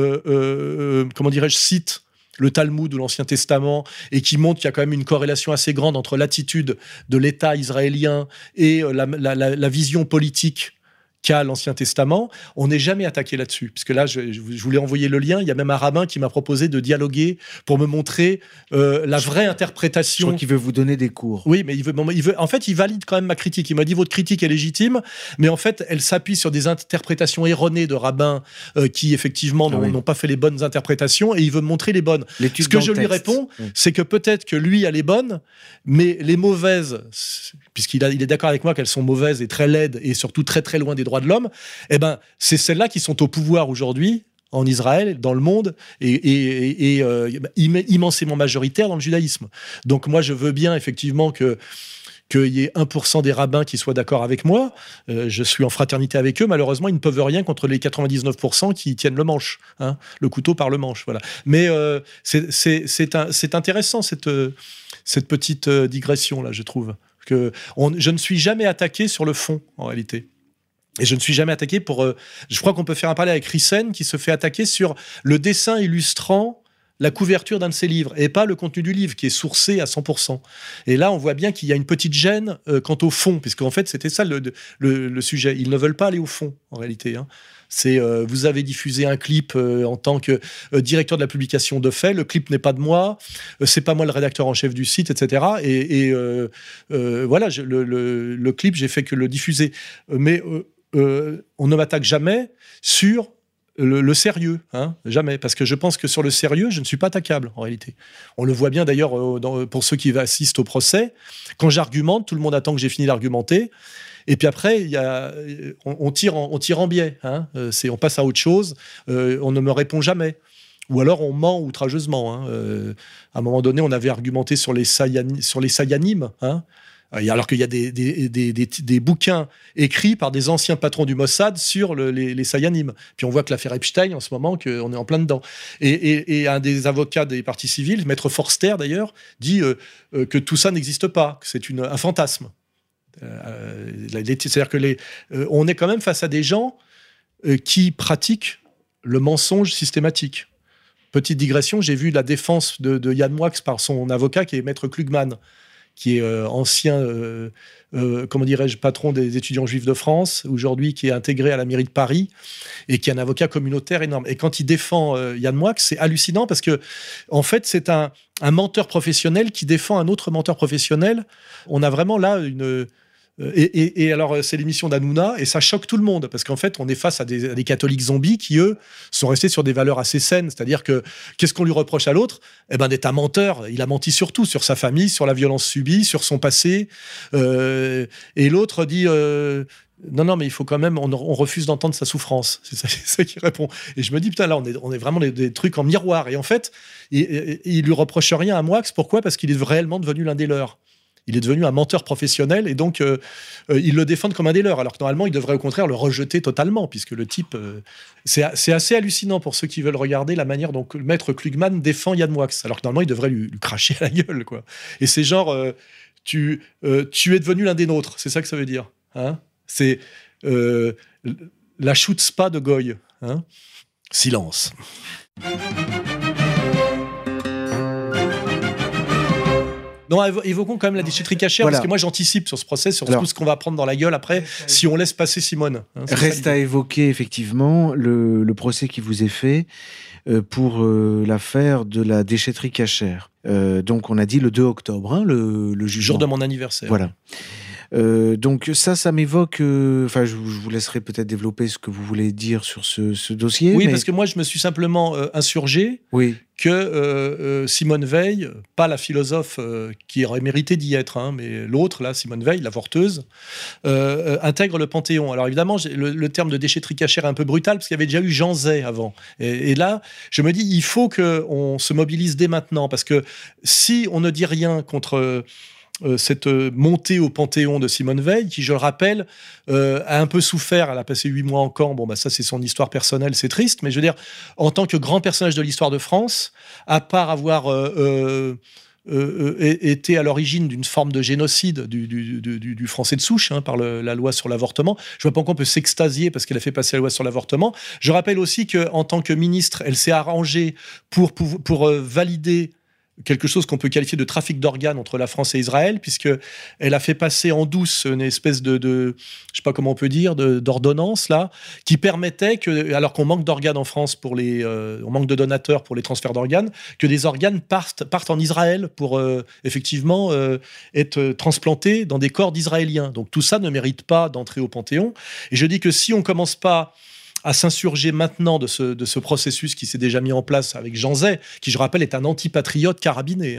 citent le Talmud ou l'Ancien Testament, et qui montre qu'il y a quand même une corrélation assez grande entre l'attitude de l'État israélien et la vision politique qu'a l'Ancien Testament, on n'est jamais attaqué là-dessus. Puisque là, je voulais envoyer le lien, il y a même un rabbin qui m'a proposé de dialoguer pour me montrer la vraie interprétation. Je crois qu'il veut vous donner des cours. Oui, mais en fait, il valide quand même ma critique. Il m'a dit, votre critique est légitime, mais en fait, elle s'appuie sur des interprétations erronées de rabbins qui, effectivement, n'ont pas fait les bonnes interprétations, et il veut me montrer les bonnes. Ce que je lui réponds, c'est que peut-être que lui a les bonnes, mais les mauvaises, puisqu'il est d'accord avec moi qu'elles sont mauvaises et très laides, et surtout très très loin des droits de l'homme, c'est celles-là qui sont au pouvoir aujourd'hui en Israël, dans le monde, et immensément majoritaire dans le judaïsme. Donc moi, je veux bien effectivement qu'il y ait 1% des rabbins qui soient d'accord avec moi. Je suis en fraternité avec eux. Malheureusement, ils ne peuvent rien contre les 99% qui tiennent le manche, le couteau par le manche. Voilà. Mais c'est intéressant cette petite digression là, je trouve. Je ne suis jamais attaqué sur le fond, en réalité. Et je ne suis jamais attaqué pour... je crois qu'on peut faire un parallèle avec Rissen, qui se fait attaquer sur le dessin illustrant la couverture d'un de ses livres, et pas le contenu du livre, qui est sourcé à 100%. Et là, on voit bien qu'il y a une petite gêne quant au fond, puisqu'en fait, c'était ça le sujet. Ils ne veulent pas aller au fond, en réalité. C'est vous avez diffusé un clip en tant que directeur de la publication de fait, le clip n'est pas de moi, c'est pas moi le rédacteur en chef du site, etc. Et voilà, le clip, j'ai fait que le diffuser. Mais on ne m'attaque jamais sur le sérieux, jamais, parce que je pense que sur le sérieux, je ne suis pas attaquable en réalité. On le voit bien d'ailleurs pour ceux qui assistent au procès, quand j'argumente, tout le monde attend que j'ai fini d'argumenter, et puis après on tire en biais, on passe à autre chose, on ne me répond jamais. Ou alors on ment outrageusement. À un moment donné, on avait argumenté sur les Sayanim, alors qu'il y a des bouquins écrits par des anciens patrons du Mossad sur les Sayanim. Puis on voit que l'affaire Epstein, en ce moment, qu'on est en plein dedans. Et un des avocats des parties civiles, Maître Forster d'ailleurs, dit que tout ça n'existe pas, que c'est un fantasme. C'est-à-dire que on est quand même face à des gens qui pratiquent le mensonge systématique. Petite digression, j'ai vu la défense de Yann Moix par son avocat, qui est Maître Klugman, qui est ancien, patron des étudiants juifs de France, aujourd'hui qui est intégré à la mairie de Paris, et qui est un avocat communautaire énorme. Et quand il défend Yann Moix, c'est hallucinant, parce que, en fait, c'est un menteur professionnel qui défend un autre menteur professionnel. On a vraiment là une... Et alors, c'est l'émission d'Hanouna, et ça choque tout le monde, parce qu'en fait, on est face à des catholiques zombies qui, eux, sont restés sur des valeurs assez saines. C'est-à-dire que, qu'est-ce qu'on lui reproche à l'autre ? D'être un menteur. Il a menti sur tout, sur sa famille, sur la violence subie, sur son passé. Et l'autre dit... Non, mais il faut quand même... On refuse d'entendre sa souffrance. C'est ça qui répond. Et je me dis, putain, là, on est vraiment des trucs en miroir. Et en fait, il lui reproche rien à Moix. Pourquoi ? Parce qu'il est réellement devenu l'un des leurs. Il est devenu un menteur professionnel, et donc ils le défendent comme un des leurs, alors que normalement, ils devraient au contraire le rejeter totalement, puisque le type... c'est assez hallucinant pour ceux qui veulent regarder la manière dont le maître Klugman défend Yann Moix, alors que normalement, il devrait lui cracher à la gueule, quoi. Et c'est genre, tu es devenu l'un des nôtres, c'est ça que ça veut dire. C'est la chutzpah de Goy. Silence. Non, évoquons quand même la déchetterie cachère, parce que moi j'anticipe sur ce procès, sur tout ce qu'on va prendre dans la gueule après, si on laisse passer Simone. Reste à évoquer effectivement le procès qui vous est fait pour l'affaire de la déchetterie cachère. Donc on a dit le 2 octobre, le jugement. Jour de mon anniversaire. Voilà. Donc ça m'évoque... je vous laisserai peut-être développer ce que vous voulez dire sur ce dossier. Oui, parce que moi, je me suis simplement insurgé que Simone Veil, pas la philosophe qui aurait mérité d'y être, mais l'autre, là, Simone Veil, l'avorteuse, intègre le Panthéon. Alors évidemment, le terme de déchetterie cachère est un peu brutal, parce qu'il y avait déjà eu Jean Zay avant. Et là, je me dis, il faut qu'on se mobilise dès maintenant, parce que si on ne dit rien contre... cette montée au Panthéon de Simone Veil, qui, je le rappelle, a un peu souffert. Elle a passé 8 mois en camp. Bon, ça, c'est son histoire personnelle, c'est triste. Mais je veux dire, en tant que grand personnage de l'histoire de France, à part avoir était à l'origine d'une forme de génocide du français de souche par la loi sur l'avortement. Je ne vois pas pourquoi on peut s'extasier parce qu'elle a fait passer la loi sur l'avortement. Je rappelle aussi qu'en tant que ministre, elle s'est arrangée pour valider quelque chose qu'on peut qualifier de trafic d'organes entre la France et Israël, puisqu'elle a fait passer en douce une espèce je sais pas comment on peut dire, d'ordonnance, là, qui permettait que, alors qu'on manque d'organes en France on manque de donateurs pour les transferts d'organes, que des organes partent en Israël pour, effectivement, être transplantés dans des corps d'Israéliens. Donc tout ça ne mérite pas d'entrer au Panthéon. Et je dis que si on commence pas à s'insurger maintenant de ce processus qui s'est déjà mis en place avec Jean Zay, qui, je rappelle, est un antipatriote carabiné.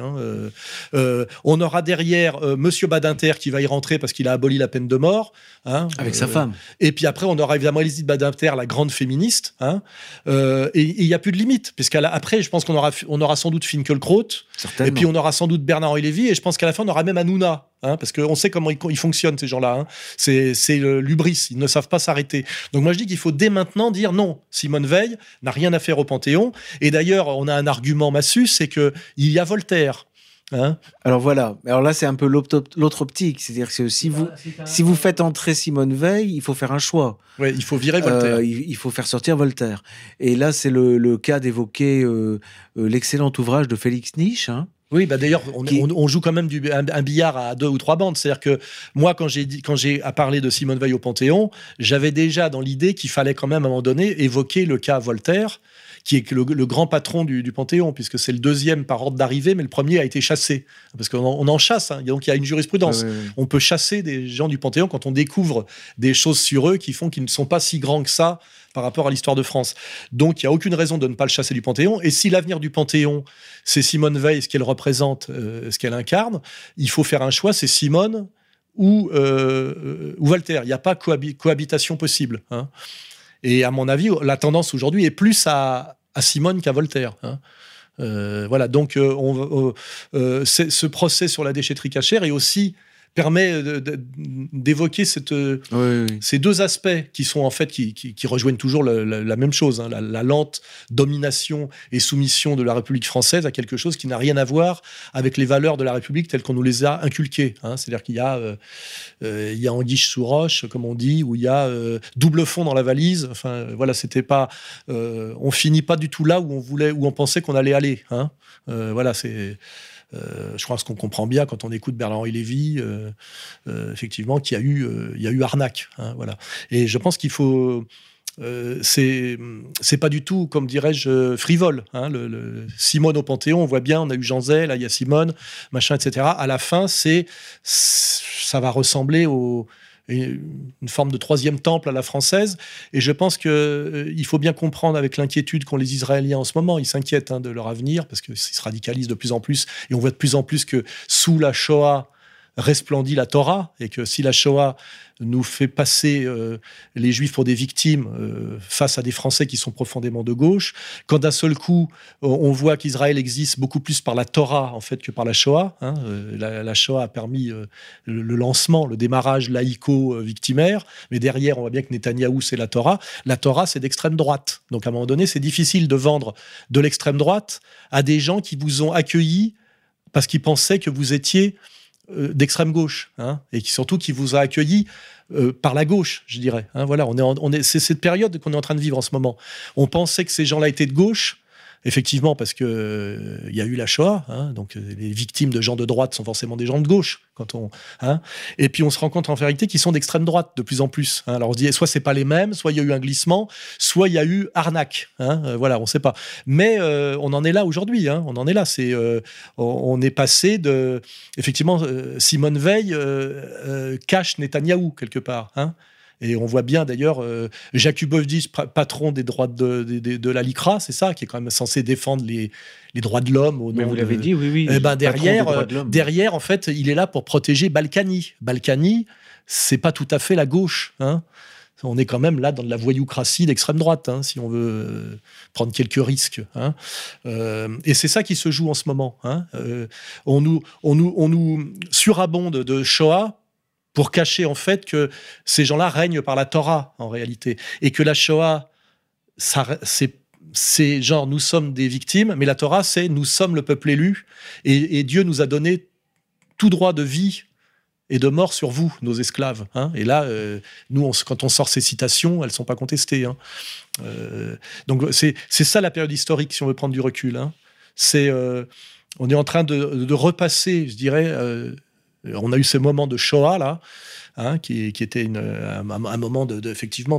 On aura derrière Monsieur Badinter qui va y rentrer parce qu'il a aboli la peine de mort. Avec sa femme. Et puis après, on aura évidemment Élise Badinter, la grande féministe. Et il n'y a plus de limite. Puisqu'après, je pense qu'on aura sans doute Finkielkraut. Et puis on aura sans doute Bernard-Henri Lévy. Et je pense qu'à la fin, on aura même Hanouna. Parce qu'on sait comment ils fonctionnent, ces gens-là. C'est l'hubris, ils ne savent pas s'arrêter. Donc moi je dis qu'il faut dès maintenant dire non, Simone Veil n'a rien à faire au Panthéon. Et d'ailleurs, on a un argument massu, c'est qu'il y a Voltaire. Alors voilà, alors là c'est un peu l'autre optique, c'est-à-dire que si vous faites entrer Simone Veil, il faut faire un choix. Oui, il faut virer Voltaire. Il faut faire sortir Voltaire. Et là c'est le cas d'évoquer l'excellent ouvrage de Félix Niche. Oui, d'ailleurs, on joue quand même un billard à 2 ou 3 bandes. C'est-à-dire que moi, quand j'ai parlé de Simone Veil au Panthéon, j'avais déjà dans l'idée qu'il fallait quand même à un moment donné évoquer le cas Voltaire, qui est le grand patron du Panthéon, puisque c'est le deuxième par ordre d'arrivée, mais le premier a été chassé. Parce qu'on en chasse, donc il y a une jurisprudence. Oui. On peut chasser des gens du Panthéon quand on découvre des choses sur eux qui font qu'ils ne sont pas si grands que ça par rapport à l'histoire de France. Donc il n'y a aucune raison de ne pas le chasser du Panthéon. Et si l'avenir du Panthéon, c'est Simone Veil, ce qu'elle représente, ce qu'elle incarne, il faut faire un choix, c'est Simone ou Voltaire. Il n'y a pas cohabitation possible. Et à mon avis, la tendance aujourd'hui est plus à Simone qu'à Voltaire. Voilà, donc ce procès sur la déchetterie cachère est aussi permet d'évoquer ces deux aspects qui sont en fait qui rejoignent toujours la même chose, la lente domination et soumission de la République française à quelque chose qui n'a rien à voir avec les valeurs de la République telles qu'on nous les a inculquées. C'est-à-dire qu'il y a anguille sous roche, comme on dit, où il y a double fond dans la valise. Enfin, voilà, c'était pas. On finit pas du tout là où on pensait qu'on allait aller. Voilà, c'est. Je crois qu'on comprend bien quand on écoute Bernard-Henri Lévy, effectivement, qu'il y a eu arnaque. Voilà. Et je pense qu'il faut. C'est pas du tout, comme dirais-je, frivole. Simone au Panthéon, on voit bien, on a eu Jean Zay, là il y a Simone, machin, etc. À la fin, ça va ressembler une forme de troisième temple à la française. Et je pense qu'il faut bien comprendre avec l'inquiétude qu'ont les Israéliens en ce moment. Ils s'inquiètent de leur avenir parce qu'ils se radicalisent de plus en plus. Et on voit de plus en plus que sous la Shoah resplendit la Torah, et que si la Shoah nous fait passer les Juifs pour des victimes face à des Français qui sont profondément de gauche, quand d'un seul coup on voit qu'Israël existe beaucoup plus par la Torah en fait que par la Shoah, la Shoah a permis le lancement, le démarrage laïco-victimaire, mais derrière on voit bien que Netanyahou c'est la Torah c'est d'extrême droite, donc à un moment donné c'est difficile de vendre de l'extrême droite à des gens qui vous ont accueillis parce qu'ils pensaient que vous étiez d'extrême gauche, et surtout qui vous a accueilli par la gauche, je dirais. Voilà, c'est cette période qu'on est en train de vivre en ce moment. On pensait que ces gens-là étaient de gauche, effectivement, parce que il y a eu la Shoah, donc les victimes de gens de droite sont forcément des gens de gauche. Et puis on se rend compte en vérité qu'ils sont d'extrême droite de plus en plus. Alors on se dit soit c'est pas les mêmes, soit il y a eu un glissement, soit il y a eu arnaque. Voilà, on sait pas. Mais on en est là aujourd'hui. On en est là. On est passé de effectivement Simone Veil cache Netanyahou quelque part. Et on voit bien d'ailleurs Jakubowicz, patron des droits de la LICRA, c'est ça, qui est quand même censé défendre les droits de l'homme. Mais vous l'avez dit, oui. Derrière, en fait, il est là pour protéger Balkany. Balkany, c'est pas tout à fait la gauche. On est quand même là dans de la voyoucratie d'extrême droite, hein, si on veut prendre quelques risques. Hein. Et c'est ça qui se joue en ce moment. Hein. On nous surabonde de Shoah pour cacher en fait que ces gens-là règnent par la Torah en réalité, et que la Shoah, c'est genre nous sommes des victimes, mais la Torah c'est nous sommes le peuple élu, et Dieu nous a donné tout droit de vie et de mort sur vous, nos esclaves. Hein. Et là, nous, quand on sort ces citations, elles ne sont pas contestées. Hein. Donc c'est ça la période historique, si on veut prendre du recul. Hein. On est en train de repasser, je dirais. On a eu ces moments de Shoah, là, hein, qui était un moment effectivement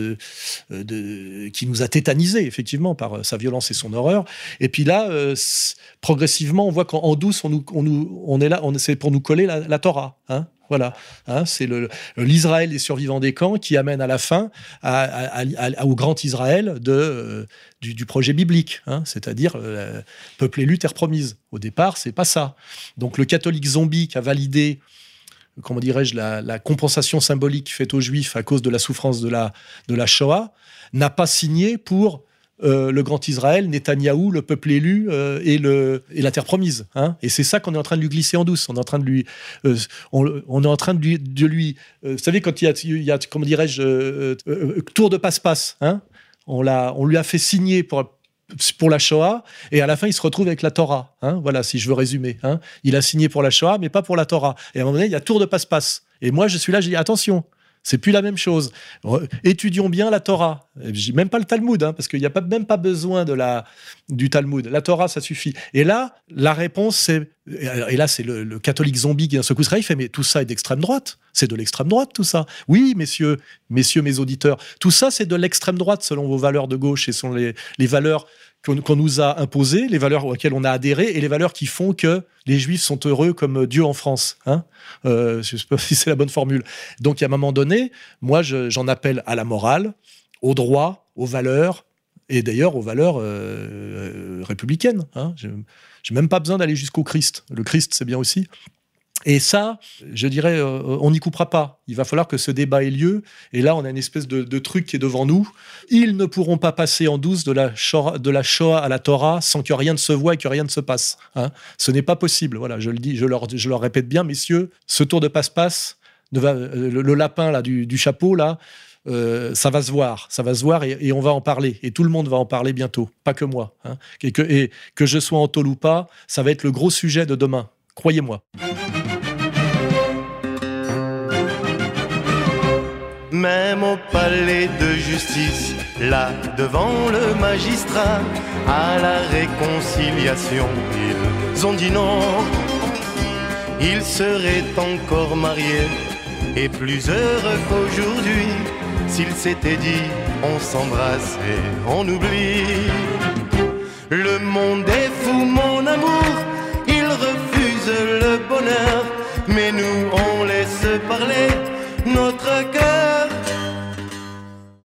qui nous a tétanisés, effectivement, par sa violence et son horreur. Et puis là, progressivement, on voit qu'en douce, on est là, c'est pour nous coller la Torah. Hein. Voilà, hein, c'est l'Israël des survivants des camps qui amène à la fin au grand Israël du projet biblique, hein, c'est-à-dire peuple élu, terre promise. Au départ, c'est pas ça. Donc le catholique zombie qui a validé, comment dirais-je, la compensation symbolique faite aux Juifs à cause de la souffrance de la Shoah, n'a pas signé pour le grand Israël, Netanyahou, le peuple élu et la terre promise. Hein. Et c'est ça qu'on est en train de lui glisser en douce. On est en train de lui... on est en train de lui vous savez, quand il y a comment dirais-je, tour de passe-passe, hein, on lui a fait signer pour la Shoah, et à la fin, il se retrouve avec la Torah. Hein, voilà, si je veux résumer. Hein. Il a signé pour la Shoah, mais pas pour la Torah. Et à un moment donné, il y a tour de passe-passe. Et moi, je suis là, je dis, attention, c'est plus la même chose. Étudions bien la Torah. Je dis même pas le Talmud, hein, parce qu'il n'y a même pas besoin du Talmud. La Torah, ça suffit. Et là, la réponse, c'est... Et là, c'est le catholique zombie qui, d'un seul coup, il fait, mais tout ça est d'extrême droite. C'est de l'extrême droite, tout ça. Oui, messieurs, mes auditeurs, tout ça, c'est de l'extrême droite, selon vos valeurs de gauche, et selon les valeurs qu'on nous a imposées, les valeurs auxquelles on a adhéré, et les valeurs qui font que les Juifs sont heureux comme Dieu en France. Hein, je ne sais pas si c'est la bonne formule. Donc, à un moment donné, moi, j'en appelle à la morale, au droit, aux valeurs, et d'ailleurs aux valeurs républicaines. Hein. Je n'ai même pas besoin d'aller jusqu'au Christ. Le Christ, c'est bien aussi. Et ça, je dirais, on n'y coupera pas. Il va falloir que ce débat ait lieu. Et là, on a une espèce de truc qui est devant nous. Ils ne pourront pas passer en douce de la Shoah à la Torah sans que rien ne se voie et que rien ne se passe. Hein. Ce n'est pas possible. Voilà, je le dis, je leur répète bien, messieurs, ce tour de passe-passe, le lapin là, du chapeau, là, ça va se voir et on va en parler. Et tout le monde va en parler bientôt, pas que moi. Hein. Et que je sois en tôle ou pas, ça va être le gros sujet de demain. Croyez-moi. Même au palais de justice, là devant le magistrat, à la réconciliation, ils ont dit non. Ils seraient encore mariés et plus heureux qu'aujourd'hui s'ils s'étaient dit on s'embrasse et on oublie. Le monde est fou, mon amour, il refuse le bonheur, mais nous on laisse parler notre cœur.